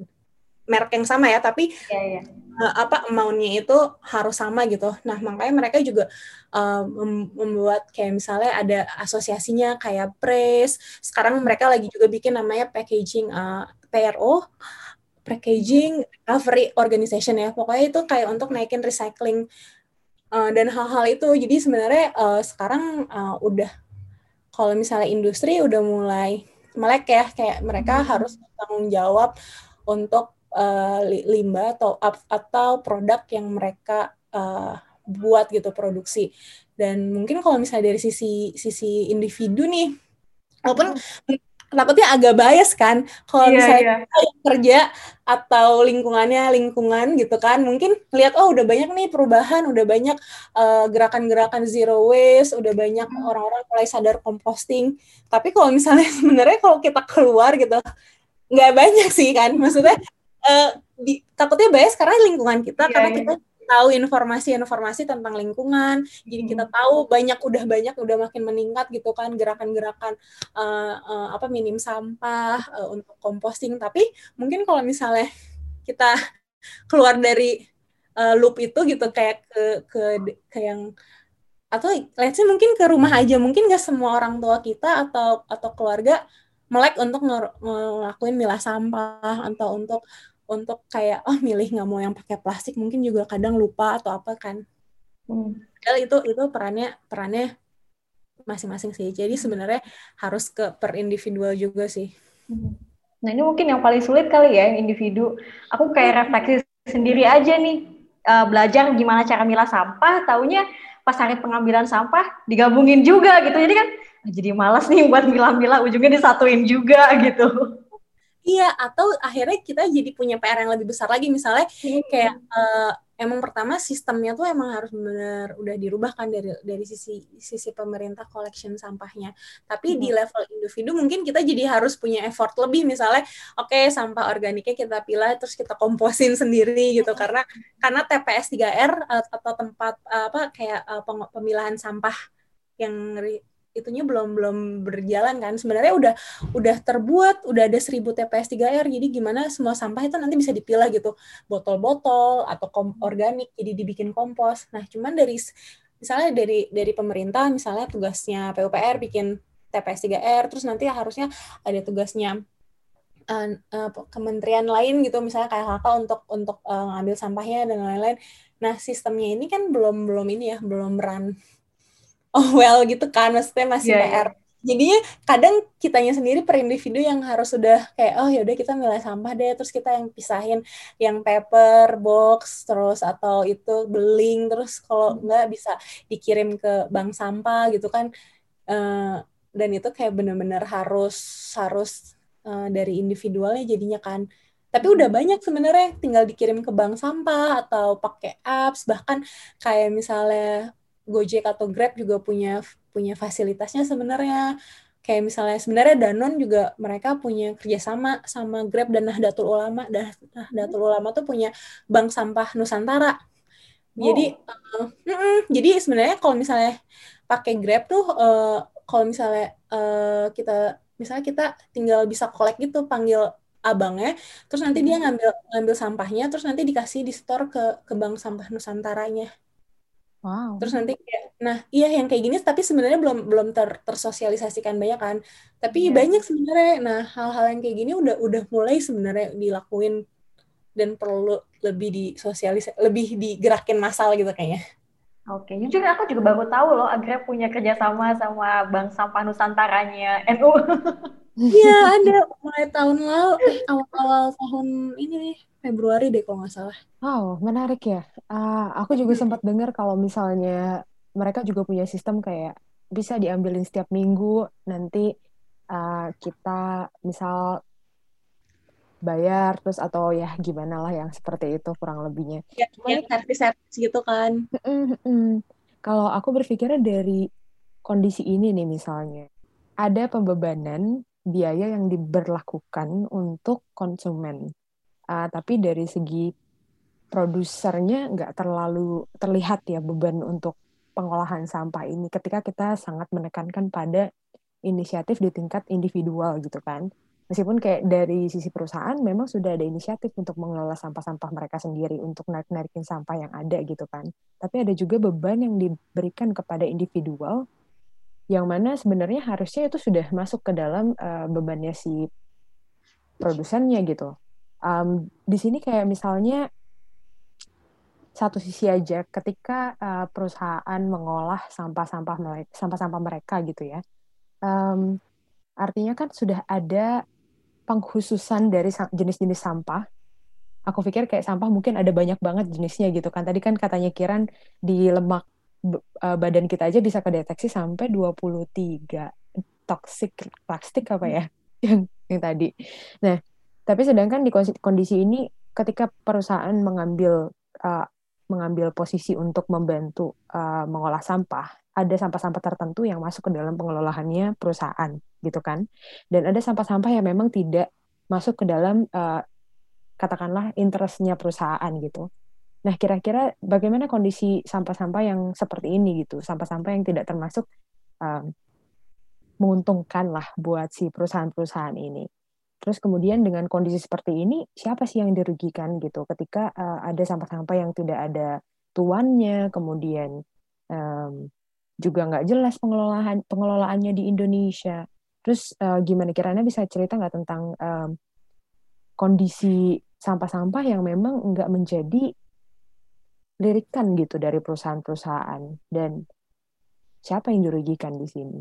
merek yang sama ya, tapi yeah, yeah. Uh, apa amount-nya itu harus sama gitu. Nah, makanya mereka juga uh, membuat kayak misalnya ada asosiasinya kayak Praise. Sekarang mereka lagi juga bikin namanya packaging uh, P R O, Packaging Recovery Organization ya. Pokoknya itu kayak untuk naikin recycling uh, dan hal-hal itu. Jadi sebenarnya uh, sekarang uh, udah, kalau misalnya industri udah mulai melek ya, kayak mereka hmm. harus bertanggung jawab untuk uh, limbah atau atau produk yang mereka uh, buat gitu, produksi. Dan mungkin kalau misalnya dari sisi sisi individu nih, walaupun hmm. takutnya agak bias kan, kalau yeah, misalnya yeah. kita yang kerja atau lingkungannya lingkungan gitu kan, mungkin lihat oh udah banyak nih perubahan, udah banyak uh, gerakan-gerakan zero waste, udah banyak hmm. orang-orang mulai sadar composting. Tapi kalau misalnya sebenarnya kalau kita keluar gitu, nggak banyak sih kan, maksudnya uh, di, takutnya bias karena lingkungan kita, yeah, karena yeah. kita tahu informasi-informasi tentang lingkungan, jadi kita tahu banyak udah banyak udah makin meningkat gitu kan gerakan-gerakan uh, uh, apa minim sampah uh, untuk composting. Tapi mungkin kalau misalnya kita keluar dari uh, loop itu gitu, kayak ke ke ke yang atau let's say mungkin ke rumah aja, mungkin nggak semua orang tua kita atau atau keluarga melek untuk ngelakuin milah sampah atau untuk untuk kayak oh milih nggak mau yang pakai plastik, mungkin juga kadang lupa atau apa kan. Hmm. Padahal itu itu perannya perannya masing-masing sih. Jadi sebenarnya harus ke per individual juga sih. Nah ini mungkin yang paling sulit kali ya, individu. Aku kayak refleksi sendiri aja nih, uh, belajar gimana cara milah sampah, taunya pas hari pengambilan sampah digabungin juga gitu. Jadi kan jadi malas nih buat milah-milah, ujungnya disatuin juga gitu. Iya, atau akhirnya kita jadi punya P R yang lebih besar lagi, misalnya kayak uh, emang pertama sistemnya tuh emang harus benar udah dirubah kan dari dari sisi sisi pemerintah collection sampahnya. Tapi hmm. di level individu mungkin kita jadi harus punya effort lebih, misalnya oke okay, sampah organiknya kita pilah terus kita komposin sendiri gitu, karena karena T P S tiga R atau tempat apa kayak uh, pemilahan sampah yang itunya belum belum berjalan kan. Sebenarnya udah udah terbuat, udah ada seribu T P S tiga R, jadi gimana semua sampah itu nanti bisa dipilah gitu, botol-botol atau kom- organik, jadi dibikin kompos. Nah cuman dari misalnya dari dari pemerintah, misalnya tugasnya P U P R bikin T P S tiga R, terus nanti harusnya ada tugasnya uh, uh, kementerian lain gitu, misalnya kayak K K untuk untuk uh, ngambil sampahnya dan lain-lain. Nah sistemnya ini kan belum belum ini ya, belum run oh well gitu kan, maksudnya masih yeah, P R. Yeah. Jadinya kadang kitanya sendiri per individu yang harus sudah kayak oh yaudah kita milah sampah deh, terus kita yang pisahin yang paper box terus atau itu beling, terus kalau enggak bisa dikirim ke bank sampah gitu kan. Uh, dan itu kayak benar-benar harus harus uh, dari individualnya jadinya kan. Tapi udah banyak sebenarnya, tinggal dikirim ke bank sampah atau pakai apps, bahkan kayak misalnya Gojek atau Grab juga punya punya fasilitasnya sebenarnya. Kayak misalnya sebenarnya Danone juga mereka punya kerjasama sama Grab dan Nahdlatul Ulama. Dah- Nahdlatul Ulama tuh punya bank sampah Nusantara. Jadi, uh, mm-mm. jadi sebenarnya kalau misalnya pakai Grab tuh, uh, kalau misalnya uh, kita, misalnya kita tinggal bisa collect gitu, panggil abangnya, terus nanti dia ngambil ngambil sampahnya, terus nanti dikasih di store ke ke bank sampah Nusantaranya. Wow. Terus nanti kayak, nah iya yang kayak gini, tapi sebenarnya belum belum ter, tersosialisasikan banyak kan. Tapi Iya. banyak sebenarnya. Nah hal-hal yang kayak gini udah udah mulai sebenarnya dilakuin dan perlu lebih disosialis, lebih digerakin massal gitu kayaknya. Oke, jujur aku juga baru tahu loh Agra punya kerjasama sama Bank Sampah Nusantaranya N U. Iya ada mulai tahun lalu, eh awal-awal tahun ini nih Februari deh kalau nggak salah. Wow, menarik ya. Ah, aku juga sempat dengar kalau misalnya mereka juga punya sistem kayak bisa diambilin setiap minggu, nanti ah, kita misal bayar terus atau ya gimana lah yang seperti itu kurang lebihnya. Ya, Cuma yang nih, servis-servis gitu kan. mm, mm. Kalau aku berpikirnya dari kondisi ini nih misalnya, ada pembebanan biaya yang diberlakukan untuk konsumen. Ah, tapi dari segi produsernya nggak terlalu terlihat ya beban untuk pengolahan sampah ini ketika kita sangat menekankan pada inisiatif di tingkat individual gitu kan. Meskipun kayak dari sisi perusahaan memang sudah ada inisiatif untuk mengelola sampah-sampah mereka sendiri untuk narik-narikin sampah yang ada gitu kan. Tapi ada juga beban yang diberikan kepada individual yang mana sebenarnya harusnya itu sudah masuk ke dalam uh, bebannya si produsennya gitu. Um, di sini kayak misalnya satu sisi aja ketika uh, perusahaan mengolah sampah-sampah mereka, sampah-sampah mereka gitu ya. Um, artinya kan sudah ada pengkhususan dari jenis-jenis sampah. Aku pikir kayak sampah mungkin ada banyak banget jenisnya gitu kan. Tadi kan katanya Kiran di lemak uh, badan kita aja bisa kedeteksi sampai dua puluh tiga toxic plastik apa ya yang yang tadi. Nah, tapi sedangkan di kondisi ini ketika perusahaan mengambil uh, mengambil posisi untuk membantu uh, mengolah sampah, ada sampah-sampah tertentu yang masuk ke dalam pengelolaannya perusahaan, gitu kan? Dan ada sampah-sampah yang memang tidak masuk ke dalam uh, katakanlah interestnya perusahaan gitu. Nah, kira-kira bagaimana kondisi sampah-sampah yang seperti ini gitu, sampah-sampah yang tidak termasuk um, menguntungkan lah buat si perusahaan-perusahaan ini. Terus kemudian dengan kondisi seperti ini, siapa sih yang dirugikan gitu ketika uh, ada sampah-sampah yang tidak ada tuannya, kemudian um, juga nggak jelas pengelolaan pengelolaannya di Indonesia. Terus uh, gimana kiranya bisa cerita nggak tentang um, kondisi sampah-sampah yang memang nggak menjadi lirikan gitu dari perusahaan-perusahaan dan siapa yang dirugikan di sini?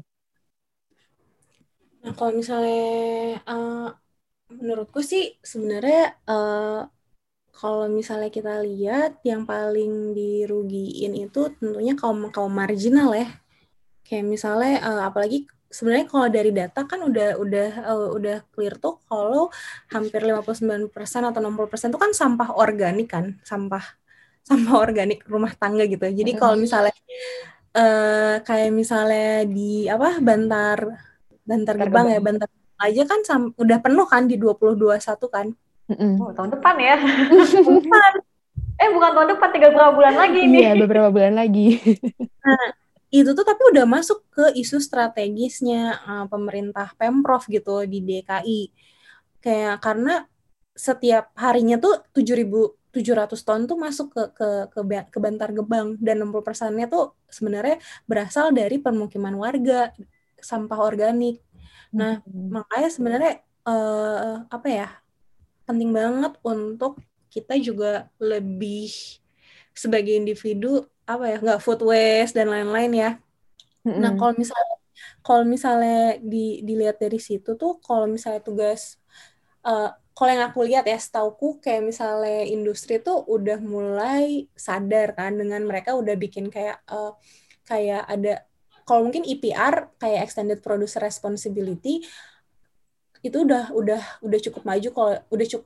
Nah kalau misalnya uh, menurutku sih sebenarnya uh, kalau misalnya kita lihat yang paling dirugiin itu tentunya kaum kaum marginal ya. Kayak misalnya uh, apalagi sebenarnya kalau dari data kan udah udah uh, udah clear tuh kalau hampir lima puluh sembilan persen atau enam puluh persen itu kan sampah organik kan, sampah sampah organik rumah tangga gitu. Jadi kalau misalnya uh, kayak misalnya di apa Bantar Bantar Bentar Gebang ya, Gebang. Bantar aja kan sam- udah penuh kan di dua ribu dua puluh satu kan. Oh, tahun depan ya. Tahun depan. Eh, bukan tahun depan, tinggal berapa bulan lagi nih. Iya, beberapa bulan lagi. Nah, itu tuh tapi udah masuk ke isu strategisnya uh, pemerintah Pemprov gitu di D K I. Kayak karena setiap harinya tuh tujuh ribu tujuh ratus ton tuh masuk ke ke ke, ke Bantar Gebang dan enam puluh persennya tuh sebenarnya berasal dari permukiman warga, sampah organik. Nah, makanya sebenarnya uh, apa ya? Penting banget untuk kita juga lebih sebagai individu apa ya, nggak food waste dan lain-lain ya. Nah kalau misalnya kalau misalnya di, dilihat dari situ tuh kalau misalnya tugas uh, kalau yang aku lihat ya setauku kayak misalnya industri tuh udah mulai sadar kan dengan mereka udah bikin kayak uh, kayak ada kalau mungkin E P R kayak extended producer responsibility itu udah udah udah cukup maju kalau udah cukup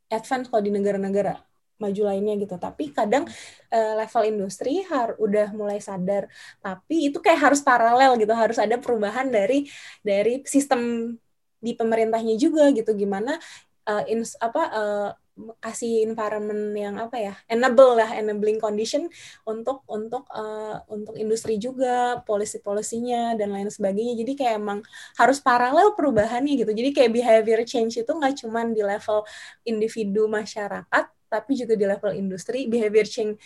advance kalau di negara-negara maju lainnya gitu. Tapi kadang uh, level industri har udah mulai sadar, tapi itu kayak harus paralel gitu, harus ada perubahan dari dari sistem di pemerintahnya juga gitu, gimana uh, ins apa uh, kasih environment yang apa ya, enable lah, enabling condition untuk untuk uh, untuk industri juga, policy-polisinya dan lain sebagainya. Jadi kayak emang harus paralel perubahannya gitu. Jadi kayak behavior change itu nggak cuma di level individu masyarakat, tapi juga di level industri, behavior change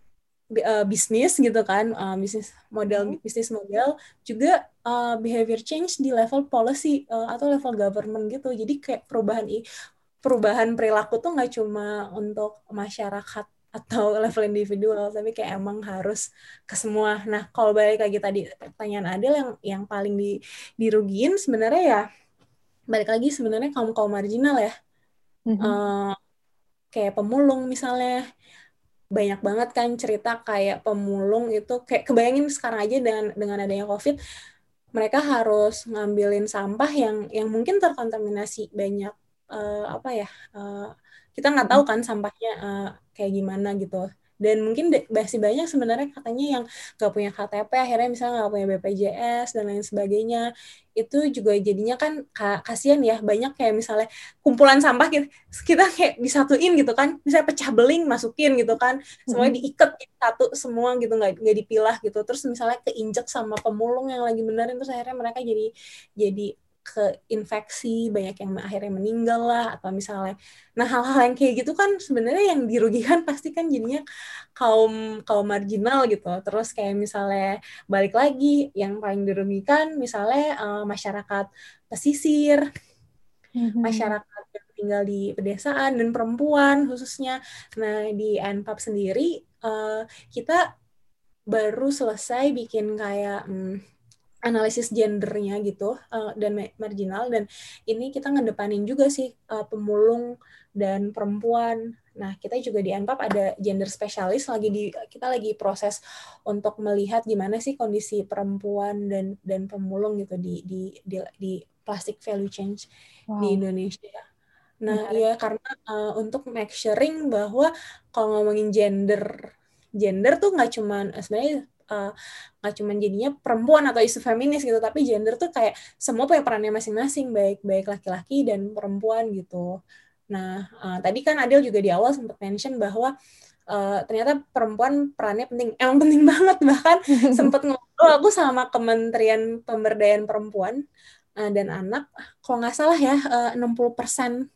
uh, bisnis gitu kan, uh, bisnis model hmm. bisnis model juga uh, behavior change di level policy uh, atau level government gitu. Jadi kayak perubahan perubahan perilaku tuh nggak cuma untuk masyarakat atau level individual, tapi kayak emang harus ke semua. Nah, kalau balik lagi tadi pertanyaan Adel, yang yang paling di, dirugiin sebenarnya ya balik lagi sebenarnya kaum kaum marginal ya, mm-hmm. uh, kayak pemulung misalnya. Banyak banget kan cerita kayak pemulung itu, kayak kebayangin sekarang aja dengan dengan adanya COVID, mereka harus ngambilin sampah yang yang mungkin terkontaminasi banyak uh, apa ya, uh, kita nggak tahu kan sampahnya uh, kayak gimana gitu. Dan mungkin masih banyak sebenarnya katanya yang nggak punya K T P, akhirnya misalnya nggak punya B P J S dan lain sebagainya. Itu juga jadinya kan kasihan ya, banyak kayak misalnya kumpulan sampah kita, kita kayak disatuin gitu kan, misalnya pecah beling masukin gitu kan, semuanya diikat satu semua gitu, nggak nggak dipilah gitu. Terus misalnya keinjek sama pemulung yang lagi benerin, terus akhirnya mereka jadi jadi keinfeksi, banyak yang akhirnya meninggal lah, atau misalnya, nah hal-hal yang kayak gitu kan sebenarnya yang dirugikan pasti kan jadinya kaum kaum marginal gitu. Terus kayak misalnya balik lagi yang paling dirugikan misalnya uh, masyarakat pesisir, mm-hmm. masyarakat yang tinggal di pedesaan dan perempuan khususnya. Nah di A N P A P sendiri uh, kita baru selesai bikin kayak hmm, analisis gendernya gitu uh, dan marginal, dan ini kita ngedepanin juga sih uh, pemulung dan perempuan. Nah kita juga di A N P A P ada gender specialist, lagi di kita lagi proses untuk melihat gimana sih kondisi perempuan dan dan pemulung gitu di di di, di plastic value change wow. di Indonesia. Nah iya karena uh, untuk make suring bahwa kalau ngomongin gender gender tuh nggak cuma sebenarnya nggak uh, cuma jadinya perempuan atau isu feminis gitu, tapi gender tuh kayak semua punya perannya masing-masing, baik baik laki-laki dan perempuan gitu. Nah uh, tadi kan Adel juga di awal sempat mention bahwa uh, ternyata perempuan perannya penting, emang penting banget, bahkan sempat ngobrol aku sama Kementerian Pemberdayaan Perempuan uh, dan Anak, kalau nggak salah ya uh, enam puluh persen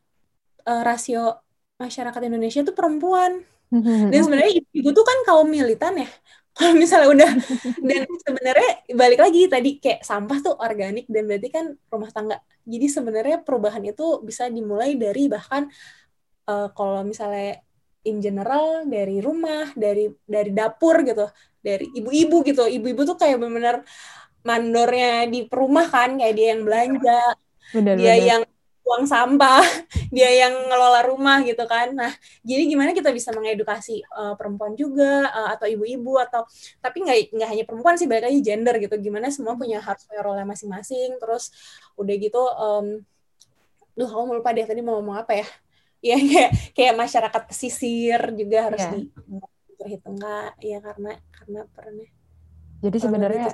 uh, rasio masyarakat Indonesia itu perempuan. Dan sebenarnya ibu tuh kan kaum militan ya. Kalau misalnya udah, dan sebenarnya balik lagi tadi kayak sampah tuh organik dan berarti kan rumah tangga. Jadi sebenarnya perubahan itu bisa dimulai dari bahkan uh, kalau misalnya in general dari rumah, dari dari dapur gitu, dari ibu-ibu gitu. Ibu-ibu tuh kayak benar-benar mandornya di rumah kan, kayak dia yang belanja, bener, dia bener. yang buang sampah, dia yang ngelola rumah gitu kan. Nah, jadi gimana kita bisa mengedukasi uh, perempuan juga uh, atau ibu-ibu, atau tapi nggak nggak hanya perempuan sih, balik lagi gender gitu. Gimana semua punya harus punya role masing-masing. Terus udah gitu, um, duh aku mau lupa deh tadi mau ngomong apa ya? Ya kayak kayak masyarakat pesisir juga harus yeah. diperhitungkan ya, karena karena perannya. Jadi sebenarnya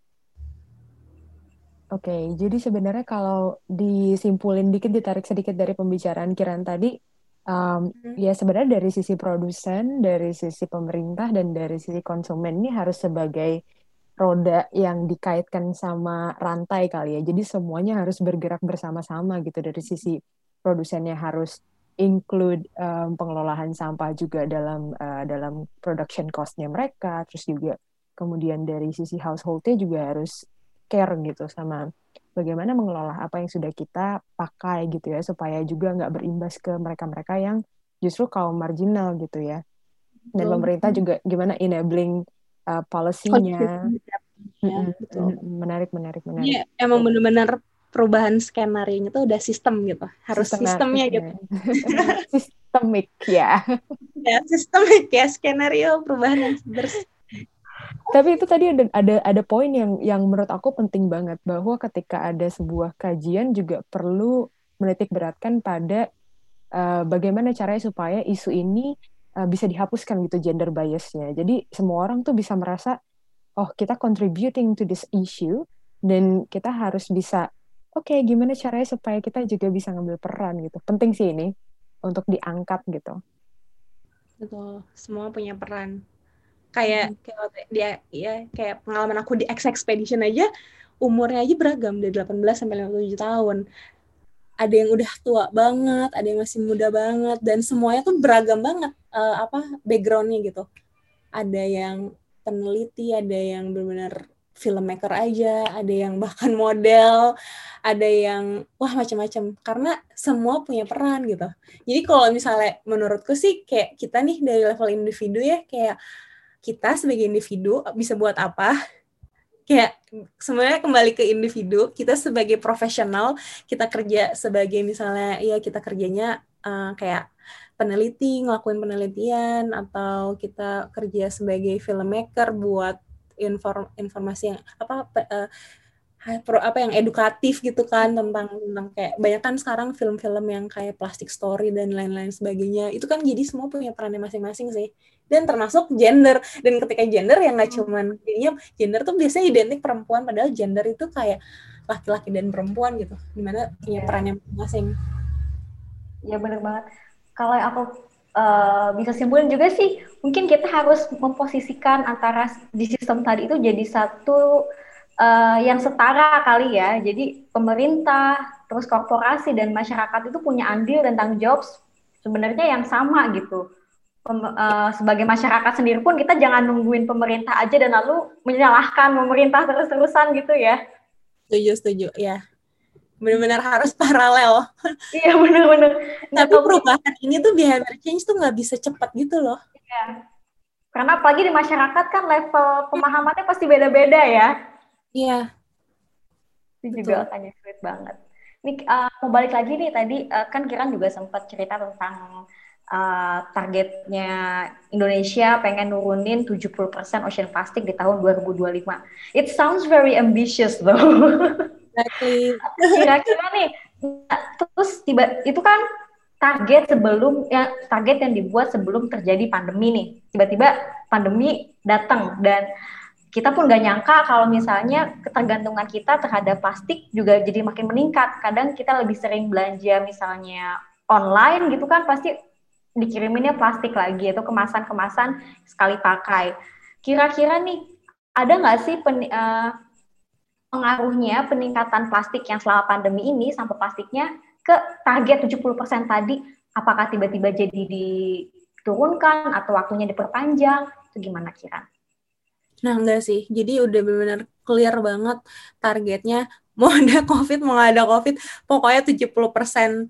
Oke, okay, jadi sebenarnya kalau disimpulin dikit, ditarik sedikit dari pembicaraan Kiran tadi, um, hmm. ya sebenarnya dari sisi produsen, dari sisi pemerintah, dan dari sisi konsumen ini harus sebagai roda yang dikaitkan sama rantai kali ya. Jadi semuanya harus bergerak bersama-sama gitu. Dari sisi produsennya harus include um, pengelolaan sampah juga dalam uh, dalam production cost-nya mereka, terus juga kemudian dari sisi household-nya juga harus care gitu sama bagaimana mengelola apa yang sudah kita pakai gitu ya, supaya juga nggak berimbas ke mereka-mereka yang justru kaum marginal gitu ya. Dan pemerintah juga gimana enabling uh, policy-nya. Ya, betul. Menarik, menarik, menarik. Iya, emang benar-benar perubahan skenario-nya tuh udah sistem gitu. Harus Sistematik, sistemnya gitu. Sistemik ya. Ya, sistemik ya, skenario perubahan yang bersih. Tapi itu tadi ada ada ada poin yang yang menurut aku penting banget, bahwa ketika ada sebuah kajian juga perlu menitik beratkan pada uh, bagaimana caranya supaya isu ini uh, bisa dihapuskan gitu gender bias-nya. Jadi semua orang tuh bisa merasa, oh kita contributing to this issue, dan kita harus bisa, oke okay, gimana caranya supaya kita juga bisa ngambil peran gitu. Penting sih ini untuk diangkat gitu. Betul, semua punya peran. Kayak, kayak dia ya kayak pengalaman aku di X Expedition aja, umurnya aja beragam dari delapan belas sampai lima puluh tujuh tahun. Ada yang udah tua banget, ada yang masih muda banget, dan semuanya tuh beragam banget uh, apa background-nya gitu. Ada yang peneliti, ada yang benar-benar filmmaker aja, ada yang bahkan model, ada yang wah macam-macam, karena semua punya peran gitu. Jadi kalau misalnya menurutku sih kayak kita nih dari level individu ya, kayak kita sebagai individu bisa buat apa, kayak sebenarnya kembali ke individu. Kita sebagai profesional, kita kerja sebagai misalnya ya kita kerjanya uh, kayak peneliti, ngelakuin penelitian, atau kita kerja sebagai filmmaker buat inform, informasi yang apa uh, pro, apa yang edukatif gitu kan, tentang tentang kayak banyak kan sekarang film-film yang kayak Plastic Story dan lain-lain sebagainya. Itu kan jadi semua punya perannya masing-masing sih. Dan termasuk gender. Dan ketika gender yang nggak cuman jadinya gender tuh biasanya identik perempuan, padahal gender itu kayak laki-laki dan perempuan gitu, dimana punya perannya masing-masing. Ya benar banget. Kalau aku uh, bisa simpulin juga sih, mungkin kita harus memposisikan antara di sistem tadi itu jadi satu uh, yang setara kali ya. Jadi pemerintah, terus korporasi dan masyarakat itu punya andil dan tanggung jawab sebenarnya yang sama gitu. Pem, uh, sebagai masyarakat sendiri pun kita jangan nungguin pemerintah aja dan lalu menyalahkan pemerintah terus-terusan gitu ya. Setuju, setuju ya. Benar-benar harus paralel. Iya benar-benar. Tapi perubahan ini tuh behavior change tuh nggak bisa cepat gitu loh. Iya. Karena apalagi di masyarakat kan level pemahamannya pasti beda-beda ya. Iya. Itu juga akan sulit banget. Nih uh, mau balik lagi nih tadi uh, kan Kiran juga sempat cerita tentang uh, targetnya Indonesia pengen nurunin tujuh puluh persen ocean plastic di tahun dua ribu dua puluh lima. It sounds very ambitious though. Exactly. Kira-kira nih, terus tiba itu kan target sebelum ya target yang dibuat sebelum terjadi pandemi nih. Tiba-tiba pandemi datang dan kita pun gak nyangka kalau misalnya ketergantungan kita terhadap plastik juga jadi makin meningkat. Kadang kita lebih sering belanja misalnya online gitu kan, pasti dikiriminnya plastik lagi atau kemasan-kemasan sekali pakai. Kira-kira nih ada nggak sih pen, uh, pengaruhnya peningkatan plastik yang selama pandemi ini sampai plastiknya ke target tujuh puluh persen tadi, apakah tiba-tiba jadi diturunkan atau waktunya diperpanjang, itu gimana Kiran? Nah enggak sih, jadi udah benar-benar clear banget targetnya, mau ada COVID, mau nggak ada COVID, pokoknya tujuh puluh persen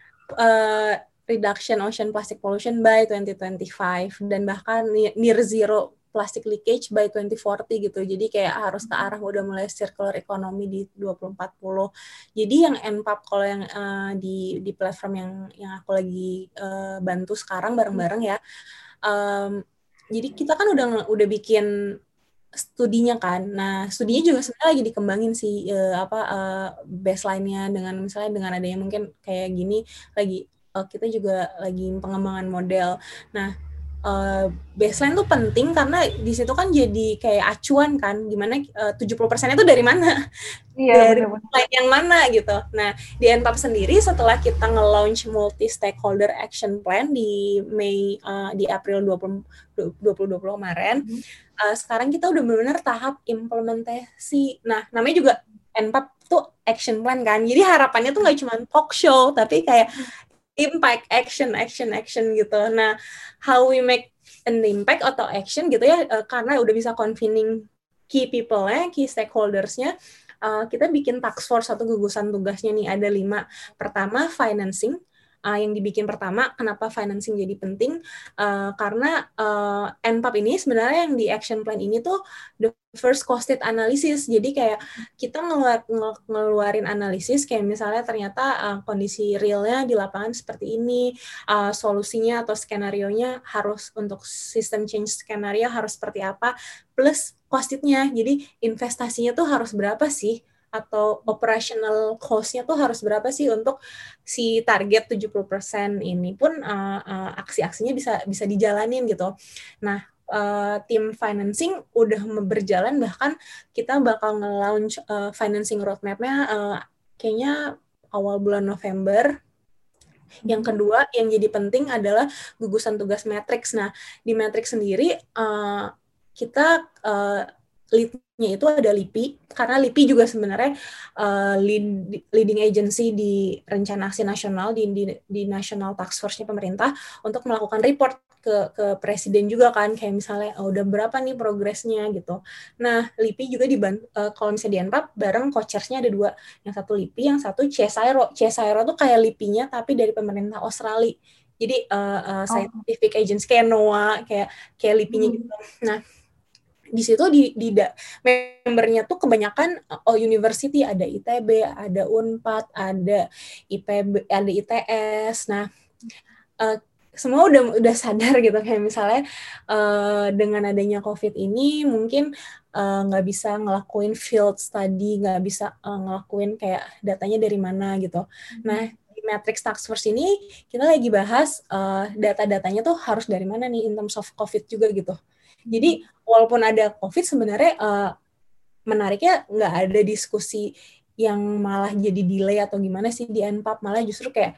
uh, reduction ocean plastic pollution by twenty twenty-five, dan bahkan near zero plastic leakage by twenty forty gitu. Jadi kayak harus ke arah udah mulai circular economy di dua ribu empat puluh. Jadi yang N P A P kalau yang uh, di di platform yang yang aku lagi uh, bantu sekarang bareng-bareng ya. Um, jadi kita kan udah udah bikin studinya kan. Nah, studinya juga sebenarnya lagi dikembangin sih uh, apa uh, baseline-nya dengan misalnya dengan adanya mungkin kayak gini lagi uh, kita juga lagi pengembangan model. Nah, Uh, baseline tuh penting karena di situ kan jadi kayak acuan kan gimana uh, tujuh puluh persen itu dari mana? Iya, dari baseline yang mana gitu. Nah, di N P A P sendiri setelah kita nge-launch multi stakeholder action plan di Mei uh, di April dua puluh dua puluh kemarin, mm-hmm. uh, sekarang kita udah benar-benar tahap implementasi. Nah, namanya juga N P A P tuh action plan kan. Jadi harapannya tuh nggak cuma talk show tapi kayak impact, action, action, action gitu. Nah, how we make an impact atau action gitu ya, uh, karena udah bisa convening key people-nya, key stakeholders-nya, uh, kita bikin task force atau gugusan tugasnya nih, ada lima. Pertama, financing. Uh, yang dibikin pertama, kenapa financing jadi penting? Uh, karena uh, N P A P ini sebenarnya yang di action plan ini tuh the first costed analysis. Jadi kayak kita ngeluar, ngeluarin analisis kayak misalnya ternyata uh, kondisi realnya di lapangan seperti ini, uh, solusinya atau skenario-nya harus untuk system change skenario harus seperti apa, plus costednya. Jadi investasinya tuh harus berapa sih atau operational cost-nya tuh harus berapa sih untuk si target tujuh puluh persen ini pun uh, uh, aksi-aksinya bisa bisa dijalanin gitu. Nah, uh, tim financing udah berjalan, bahkan kita bakal nge-launch uh, financing roadmap-nya uh, kayaknya awal bulan November. Yang kedua yang jadi penting adalah gugusan tugas matrix. Nah, di matrix sendiri uh, kita uh, lead-nya itu ada L I P I, karena L I P I juga sebenarnya uh, lead, leading agency di rencana aksi nasional, di, di, di National Task Force-nya pemerintah, untuk melakukan report ke, ke presiden juga kan, kayak misalnya oh, udah berapa nih progresnya gitu. Nah, L I P I juga dibantu, uh, kalau misalnya di N P A P, bareng co-chairs-nya ada dua, yang satu L I P I, yang satu C S I R O. C S I R O tuh kayak L I P I-nya tapi dari pemerintah Australia. Jadi uh, uh, scientific oh. agency kayak NOAA, kayak kayak L I P I-nya hmm. gitu. Nah, di situ di, di da, membernya tuh kebanyakan oh university, ada I T B, ada Unpad, ada I P B, ada I T S. Nah, uh, semua udah udah sadar gitu, kayak misalnya uh, dengan adanya COVID ini mungkin nggak uh, bisa ngelakuin field study, nggak bisa uh, ngelakuin kayak datanya dari mana gitu. Hmm. Nah, di Matrix Task Force ini kita lagi bahas uh, data-datanya tuh harus dari mana nih in terms of COVID juga gitu. Jadi walaupun ada COVID sebenarnya uh, menariknya nggak ada diskusi yang malah jadi delay atau gimana sih di N P A P, malah justru kayak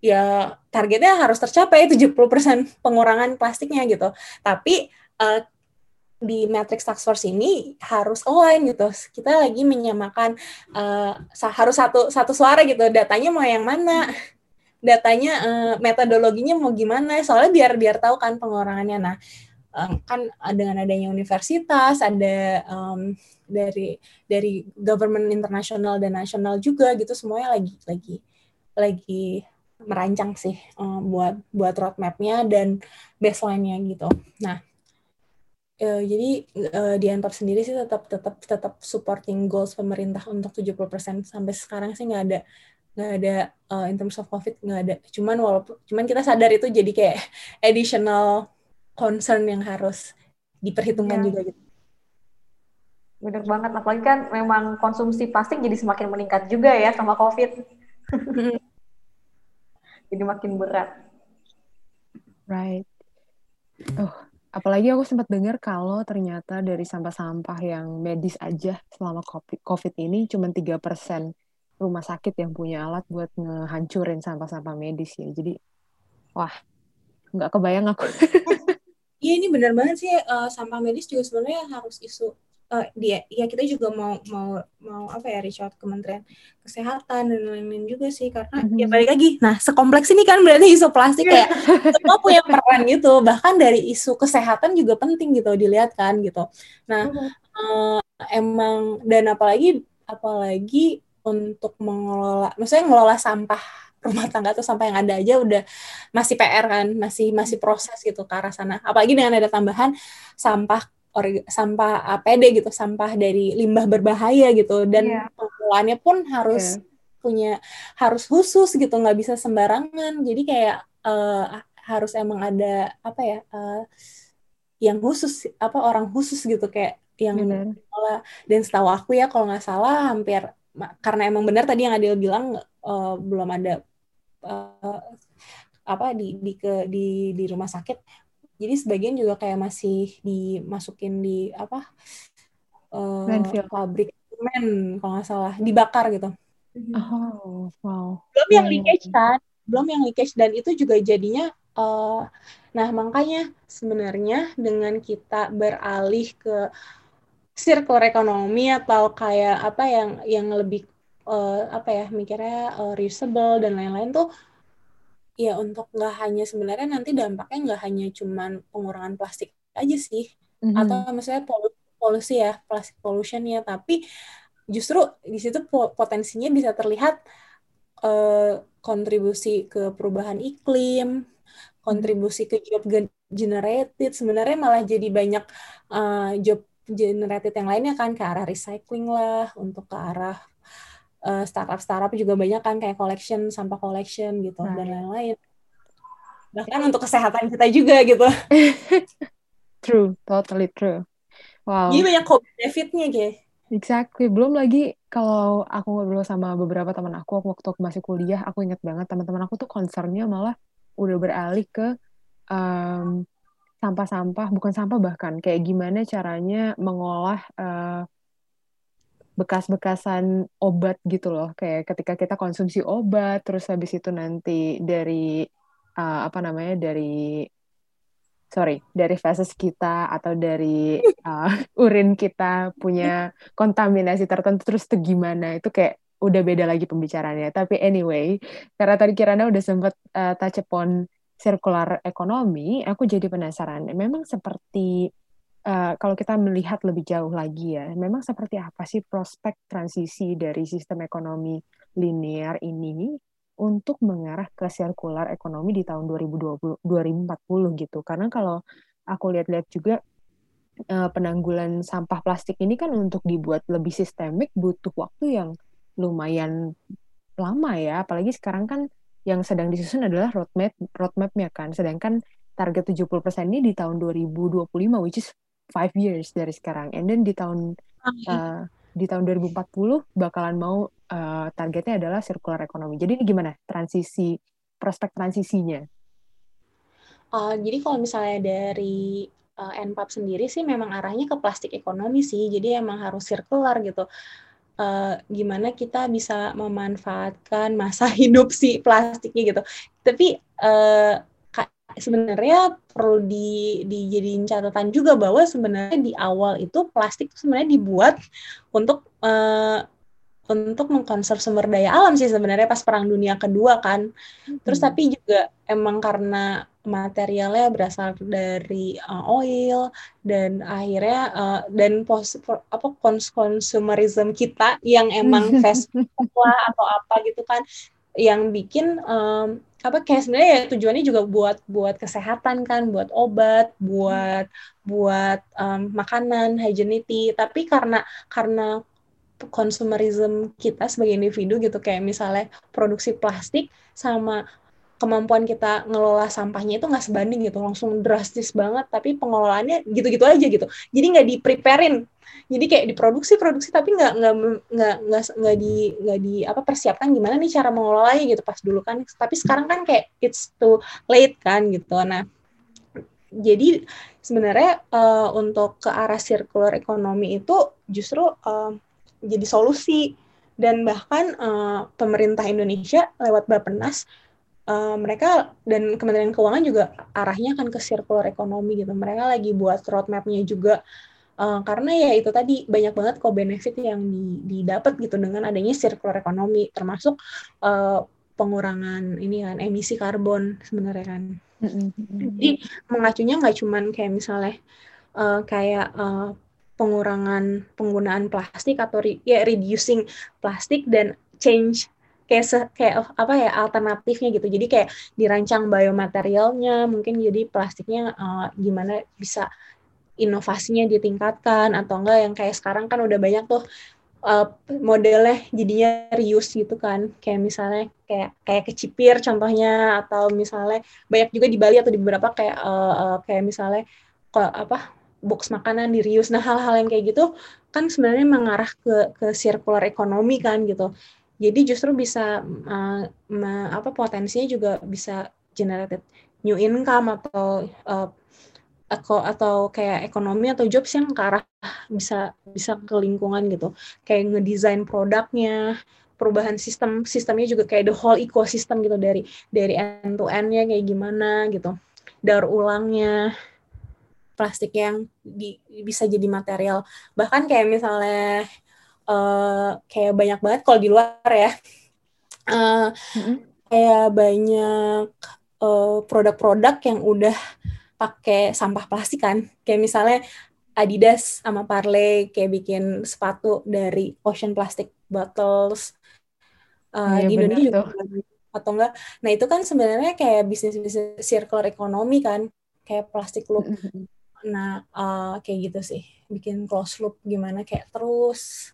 ya targetnya harus tercapai tujuh puluh persen pengurangan plastiknya gitu. Tapi uh, di Matrix Task Force ini harus align gitu. Kita lagi menyamakan uh, harus satu satu suara gitu. Datanya mau yang mana? Datanya uh, metodologinya mau gimana? Soalnya biar biar tahu kan pengurangannya. Nah, kan dengan adanya universitas, ada um, dari dari government internasional dan nasional juga gitu, semuanya lagi lagi lagi merancang sih um, buat buat roadmap-nya dan baseline-nya gitu. Nah, uh, jadi uh, di N P A P sendiri sih tetap tetap tetap supporting goals pemerintah untuk tujuh puluh persen. Sampai sekarang sih nggak ada nggak ada uh, in terms of COVID nggak ada. Cuman walaupun cuman kita sadar itu jadi kayak additional concern yang harus diperhitungkan ya. Juga gitu. Bener banget, apalagi kan memang konsumsi plastik jadi semakin meningkat juga ya sama COVID. Jadi makin berat. Right. Oh, apalagi aku sempat dengar kalau ternyata dari sampah-sampah yang medis aja selama COVID ini cuma tiga persen rumah sakit yang punya alat buat ngehancurin sampah-sampah medis ya. Jadi, wah, nggak kebayang aku. Iya, ini benar banget sih, uh, sampah medis juga sebenarnya harus isu uh, dia ya kita juga mau mau mau apa ya reach out Kementerian Kesehatan dan lain-lain juga sih, karena mm-hmm. ya balik lagi. Nah, sekompleks ini kan berarti isu plastik kayak semua punya peran gitu. Bahkan dari isu kesehatan juga penting gitu dilihat kan gitu. Nah, mm-hmm. uh, emang dan apalagi apalagi untuk mengelola, maksudnya ngelola sampah rumah tangga atau sampah yang ada aja udah masih P R kan, masih masih proses gitu ke arah sana. Apalagi dengan ada tambahan sampah orga, sampah A P D gitu, sampah dari limbah berbahaya gitu, dan yeah. pengelolaannya pun harus yeah. punya harus khusus gitu, nggak bisa sembarangan. Jadi kayak uh, harus emang ada apa ya uh, yang khusus, apa orang khusus gitu kayak yang mengelola. Dan setahu aku ya kalau nggak salah hampir, karena emang benar tadi yang Adil bilang uh, belum ada Uh, apa di di ke di di rumah sakit, jadi sebagian juga kayak masih dimasukin di apa uh, pabrik semen kalau nggak salah, dibakar gitu. Oh wow. Belum yang leakage kan, belum yang leakage, dan itu juga jadinya uh, nah makanya sebenarnya dengan kita beralih ke circular economy atau kayak apa yang yang lebih uh, apa ya mikirnya uh, reusable dan lain-lain tuh ya, untuk nggak hanya sebenarnya nanti dampaknya nggak hanya cuman pengurangan plastik aja sih, mm-hmm. atau misalnya polusi, polusi ya, plastik pollution ya, tapi justru di situ potensinya bisa terlihat uh, kontribusi ke perubahan iklim, kontribusi ke job generated, sebenarnya malah jadi banyak uh, job generated yang lainnya kan, ke arah recycling lah, untuk ke arah Uh, startup-startup juga banyak kan, kayak collection, sampah collection gitu, nah, dan lain-lain. Bahkan untuk kesehatan kita juga gitu. True, totally true. Wow. Jadi banyak benefit-nya, Ge. Exactly. Belum lagi kalau aku ngobrol sama beberapa teman aku waktu aku masih kuliah, aku inget banget teman-teman aku tuh concernnya malah udah beralih ke um, sampah-sampah, bukan sampah bahkan, kayak gimana caranya mengolah uh, bekas-bekasan obat gitu loh. Kayak ketika kita konsumsi obat, terus habis itu nanti dari uh, apa namanya, dari sorry, dari feses kita atau dari uh, urin kita punya kontaminasi tertentu, terus itu gimana? Itu kayak udah beda lagi pembicaraannya. Tapi anyway, karena tadi Kirana udah sempat uh, touch upon circular economy, aku jadi penasaran. Memang seperti uh, kalau kita melihat lebih jauh lagi ya, memang seperti apa sih prospek transisi dari sistem ekonomi linear ini untuk mengarah ke circular ekonomi di tahun dua ribu dua puluh, dua ribu empat puluh gitu. Karena kalau aku lihat-lihat juga uh, penanggulan sampah plastik ini kan untuk dibuat lebih sistemik butuh waktu yang lumayan lama ya. Apalagi sekarang kan yang sedang disusun adalah roadmap roadmap-nya kan. Sedangkan target tujuh puluh persen ini di tahun dua ribu dua puluh lima, which is five years dari sekarang. And then di tahun uh, di tahun dua ribu empat puluh bakalan mau uh, targetnya adalah circular economy. Jadi ini gimana transisi, prospek transisinya? Uh, jadi kalau misalnya dari uh, N P A P sendiri sih memang arahnya ke plastik ekonomi sih. Jadi emang harus circular gitu. Uh, gimana kita bisa memanfaatkan masa hidup si plastiknya gitu. Tapi uh, sebenarnya perlu di, dijadiin catatan juga bahwa sebenarnya di awal itu plastik sebenarnya dibuat untuk uh, untuk mengkonserv sumber daya alam sih sebenarnya pas Perang Dunia Kedua kan. Terus hmm. tapi juga emang karena materialnya berasal dari uh, oil dan akhirnya uh, dan pos, po, apa kons konsumerisme kita yang emang fast food lah atau apa gitu kan yang bikin um, apa kayak sebenarnya ya tujuannya juga buat buat kesehatan kan, buat obat, buat buat um, makanan, hygienity. Tapi karena karena konsumerisme kita sebagai individu gitu kayak misalnya produksi plastik sama kemampuan kita ngelola sampahnya itu nggak sebanding gitu, langsung drastis banget, tapi pengelolaannya gitu-gitu aja gitu. Jadi nggak di-preparein, jadi kayak diproduksi-produksi tapi nggak nggak nggak nggak nggak di nggak di apa persiapkan gimana nih cara mengelolanya gitu pas dulu kan. Tapi sekarang kan kayak it's too late kan gitu. Nah, jadi sebenarnya uh, untuk ke arah circular economy itu justru uh, jadi solusi dan bahkan uh, pemerintah Indonesia lewat Bappenas Uh, mereka dan Kementerian Keuangan juga arahnya akan ke circular economy gitu. Mereka lagi buat roadmap-nya juga uh, karena ya itu tadi banyak banget kok benefit yang didapat gitu dengan adanya circular economy, termasuk uh, pengurangan ini kan emisi karbon sebenarnya kan. Jadi mengacunya nggak cuman kayak misalnya uh, kayak uh, pengurangan penggunaan plastik atau re- ya reducing plastik dan change kayak se- kayak apa ya alternatifnya gitu. Jadi kayak dirancang biomaterialnya, mungkin jadi plastiknya uh, gimana bisa inovasinya ditingkatkan atau enggak yang kayak sekarang kan udah banyak tuh uh, modelnya jadinya reuse gitu kan. Kayak misalnya kayak kayak kecipir contohnya atau misalnya banyak juga di Bali atau di beberapa kayak uh, uh, kayak misalnya kok apa box makanan di reuse. Nah, hal-hal yang kayak gitu kan sebenarnya mengarah ke ke circular economy kan gitu. Jadi justru bisa uh, me, apa potensinya juga bisa generated new income atau uh, atau, atau kayak ekonomi atau jobs yang ke arah bisa bisa ke lingkungan gitu. Kayak ngedesain produknya, perubahan sistem sistemnya juga kayak the whole ecosystem gitu dari dari end to end-nya kayak gimana gitu. Daur ulangnya plastik yang di, bisa jadi material. Bahkan kayak misalnya Uh, kayak banyak banget kalau di luar ya uh, mm-hmm. kayak banyak uh, produk-produk yang udah pakai sampah plastik kan, kayak misalnya Adidas sama Parley kayak bikin sepatu dari ocean plastic bottles uh, ya, di Indonesia juga atau enggak. Nah itu kan sebenarnya kayak bisnis-bisnis circular economy kan, kayak plastik loop. Mm-hmm. Nah uh, kayak gitu sih, bikin close loop gimana kayak terus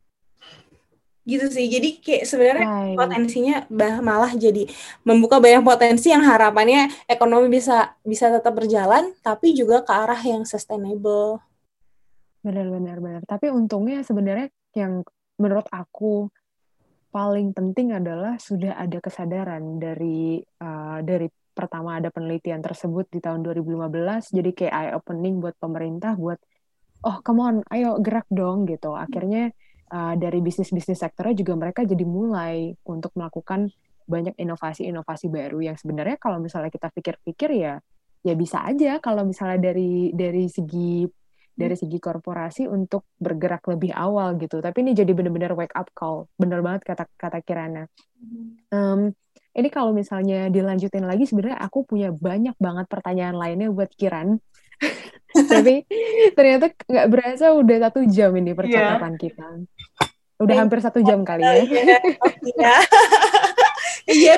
gitu sih. Jadi kayak sebenarnya right. potensinya malah jadi membuka banyak potensi yang harapannya ekonomi bisa bisa tetap berjalan tapi juga ke arah yang sustainable. Benar-benar benar. Tapi untungnya sebenarnya yang menurut aku paling penting adalah sudah ada kesadaran dari uh, dari pertama ada penelitian tersebut di tahun dua ribu lima belas, jadi kayak eye opening buat pemerintah buat oh come on ayo gerak dong gitu. Akhirnya uh, dari bisnis-bisnis sektornya juga mereka jadi mulai untuk melakukan banyak inovasi-inovasi baru yang sebenarnya kalau misalnya kita pikir-pikir ya ya bisa aja kalau misalnya dari dari segi dari segi korporasi untuk bergerak lebih awal gitu. Tapi ini jadi benar-benar wake up call. Benar banget kata kata Kirana. Um, ini kalau misalnya dilanjutin lagi, sebenarnya aku punya banyak banget pertanyaan lainnya buat Kiran. Tapi ternyata nggak berasa udah satu jam ini percakapan yeah. kita. Udah hampir satu jam kali ya. Iya. Iya.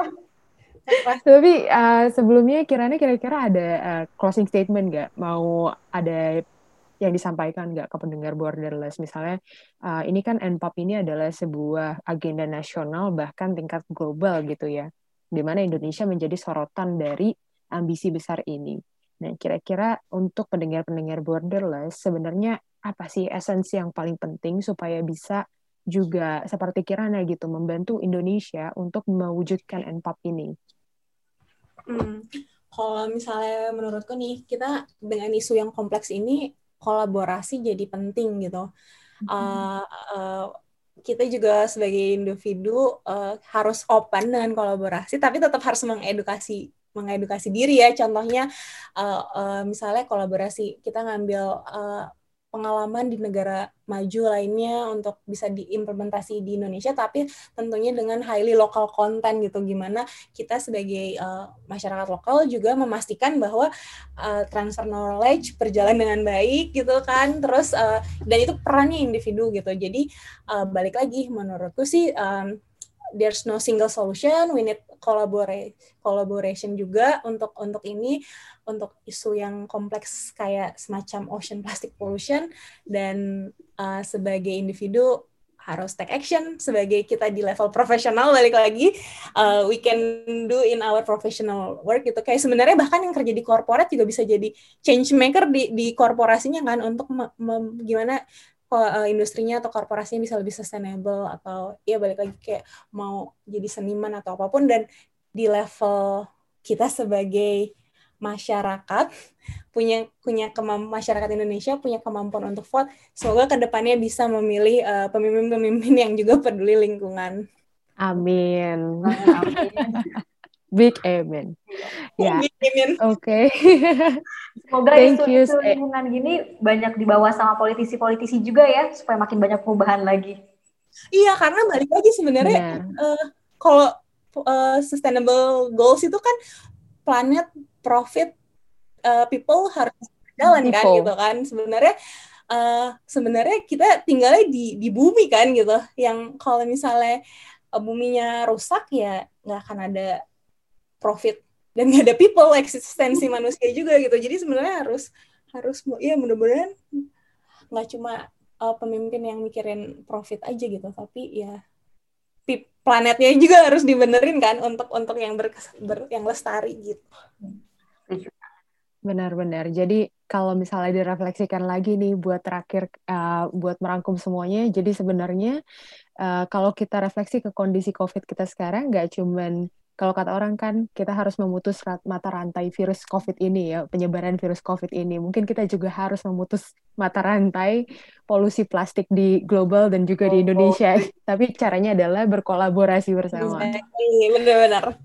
Tapi uh, sebelumnya Kirana kira-kira ada uh, closing statement nggak? Mau ada yang disampaikan nggak ke pendengar Borderless? Misalnya, uh, ini kan N P O P ini adalah sebuah agenda nasional bahkan tingkat global gitu ya, di mana Indonesia menjadi sorotan dari ambisi besar ini. Nah, kira-kira untuk pendengar-pendengar Borderless, sebenarnya apa sih esensi yang paling penting supaya bisa juga seperti Kirana gitu, membantu Indonesia untuk mewujudkan N P O P ini? Hmm, kalau misalnya menurutku nih, kita dengan isu yang kompleks ini, kolaborasi jadi penting gitu. Uh, uh, kita juga sebagai individu uh, harus open dengan kolaborasi, tapi tetap harus mengedukasi mengedukasi diri ya. Contohnya, uh, uh, misalnya kolaborasi kita ngambil uh, pengalaman di negara maju lainnya untuk bisa diimplementasi di Indonesia, tapi tentunya dengan highly local content gitu, gimana kita sebagai uh, masyarakat lokal juga memastikan bahwa uh, transfer knowledge berjalan dengan baik gitu kan, terus uh, dan itu perannya individu gitu. Jadi uh, balik lagi menurutku sih um, there's no single solution, we need collaborate collaboration juga untuk untuk ini, untuk isu yang kompleks kayak semacam ocean plastic pollution. Dan uh, sebagai individu harus take action, sebagai kita di level profesional, balik lagi uh, we can do in our professional work gitu. Kayak sebenarnya bahkan yang kerja di corporate juga bisa jadi change maker di di korporasinya kan, untuk me- me- gimana industrinya atau korporasinya bisa lebih sustainable, atau ya balik lagi kayak mau jadi seniman atau apapun. Dan di level kita sebagai masyarakat punya punya kemampuan, masyarakat Indonesia punya kemampuan untuk vote, semoga kedepannya bisa memilih uh, pemimpin-pemimpin yang juga peduli lingkungan. Amin. Amin. Big amen. Ya. Yeah. Oke. Okay. Semoga isu-isu lingkungan gini banyak dibawa sama politisi-politisi juga ya, supaya makin banyak perubahan lagi. Iya, karena balik lagi sebenarnya uh, kalau uh, sustainable goals itu kan planet, profit, uh, people harus jalan kan gitu kan. Sebenarnya uh, sebenarnya kita tinggalnya di di bumi kan gitu. Yang kalau misalnya uh, buminya rusak ya nggak akan ada profit dan nggak ada people, eksistensi manusia juga gitu. Jadi sebenarnya harus harus ya mudah-mudahan nggak cuma uh, pemimpin yang mikirin profit aja gitu, tapi ya planetnya juga harus dibenerin kan, untuk untuk yang ber, ber yang lestari gitu. Benar-benar. Jadi kalau misalnya direfleksikan lagi nih buat terakhir, uh, buat merangkum semuanya, jadi sebenarnya uh, kalau kita refleksi ke kondisi COVID kita sekarang, nggak cuman kalau kata orang kan kita harus memutus mata rantai virus COVID ini ya, penyebaran virus COVID ini. Mungkin kita juga harus memutus mata rantai polusi plastik di global dan juga di Indonesia. Oh, tapi caranya adalah berkolaborasi bersama. Iya, benar-benar.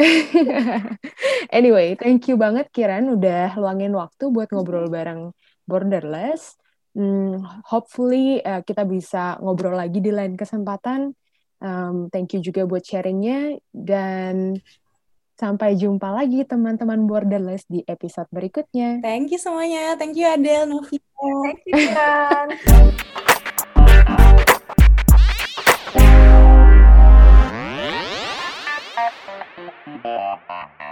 Anyway, thank you banget Kiran udah luangin waktu buat ngobrol bareng Borderless. Hmm, hopefully uh, kita bisa ngobrol lagi di lain kesempatan. Um, thank you juga buat sharingnya, dan sampai jumpa lagi teman-teman Borderless di episode berikutnya. Thank you semuanya. Thank you Adele, Novia. Thank you Kiran. Bye.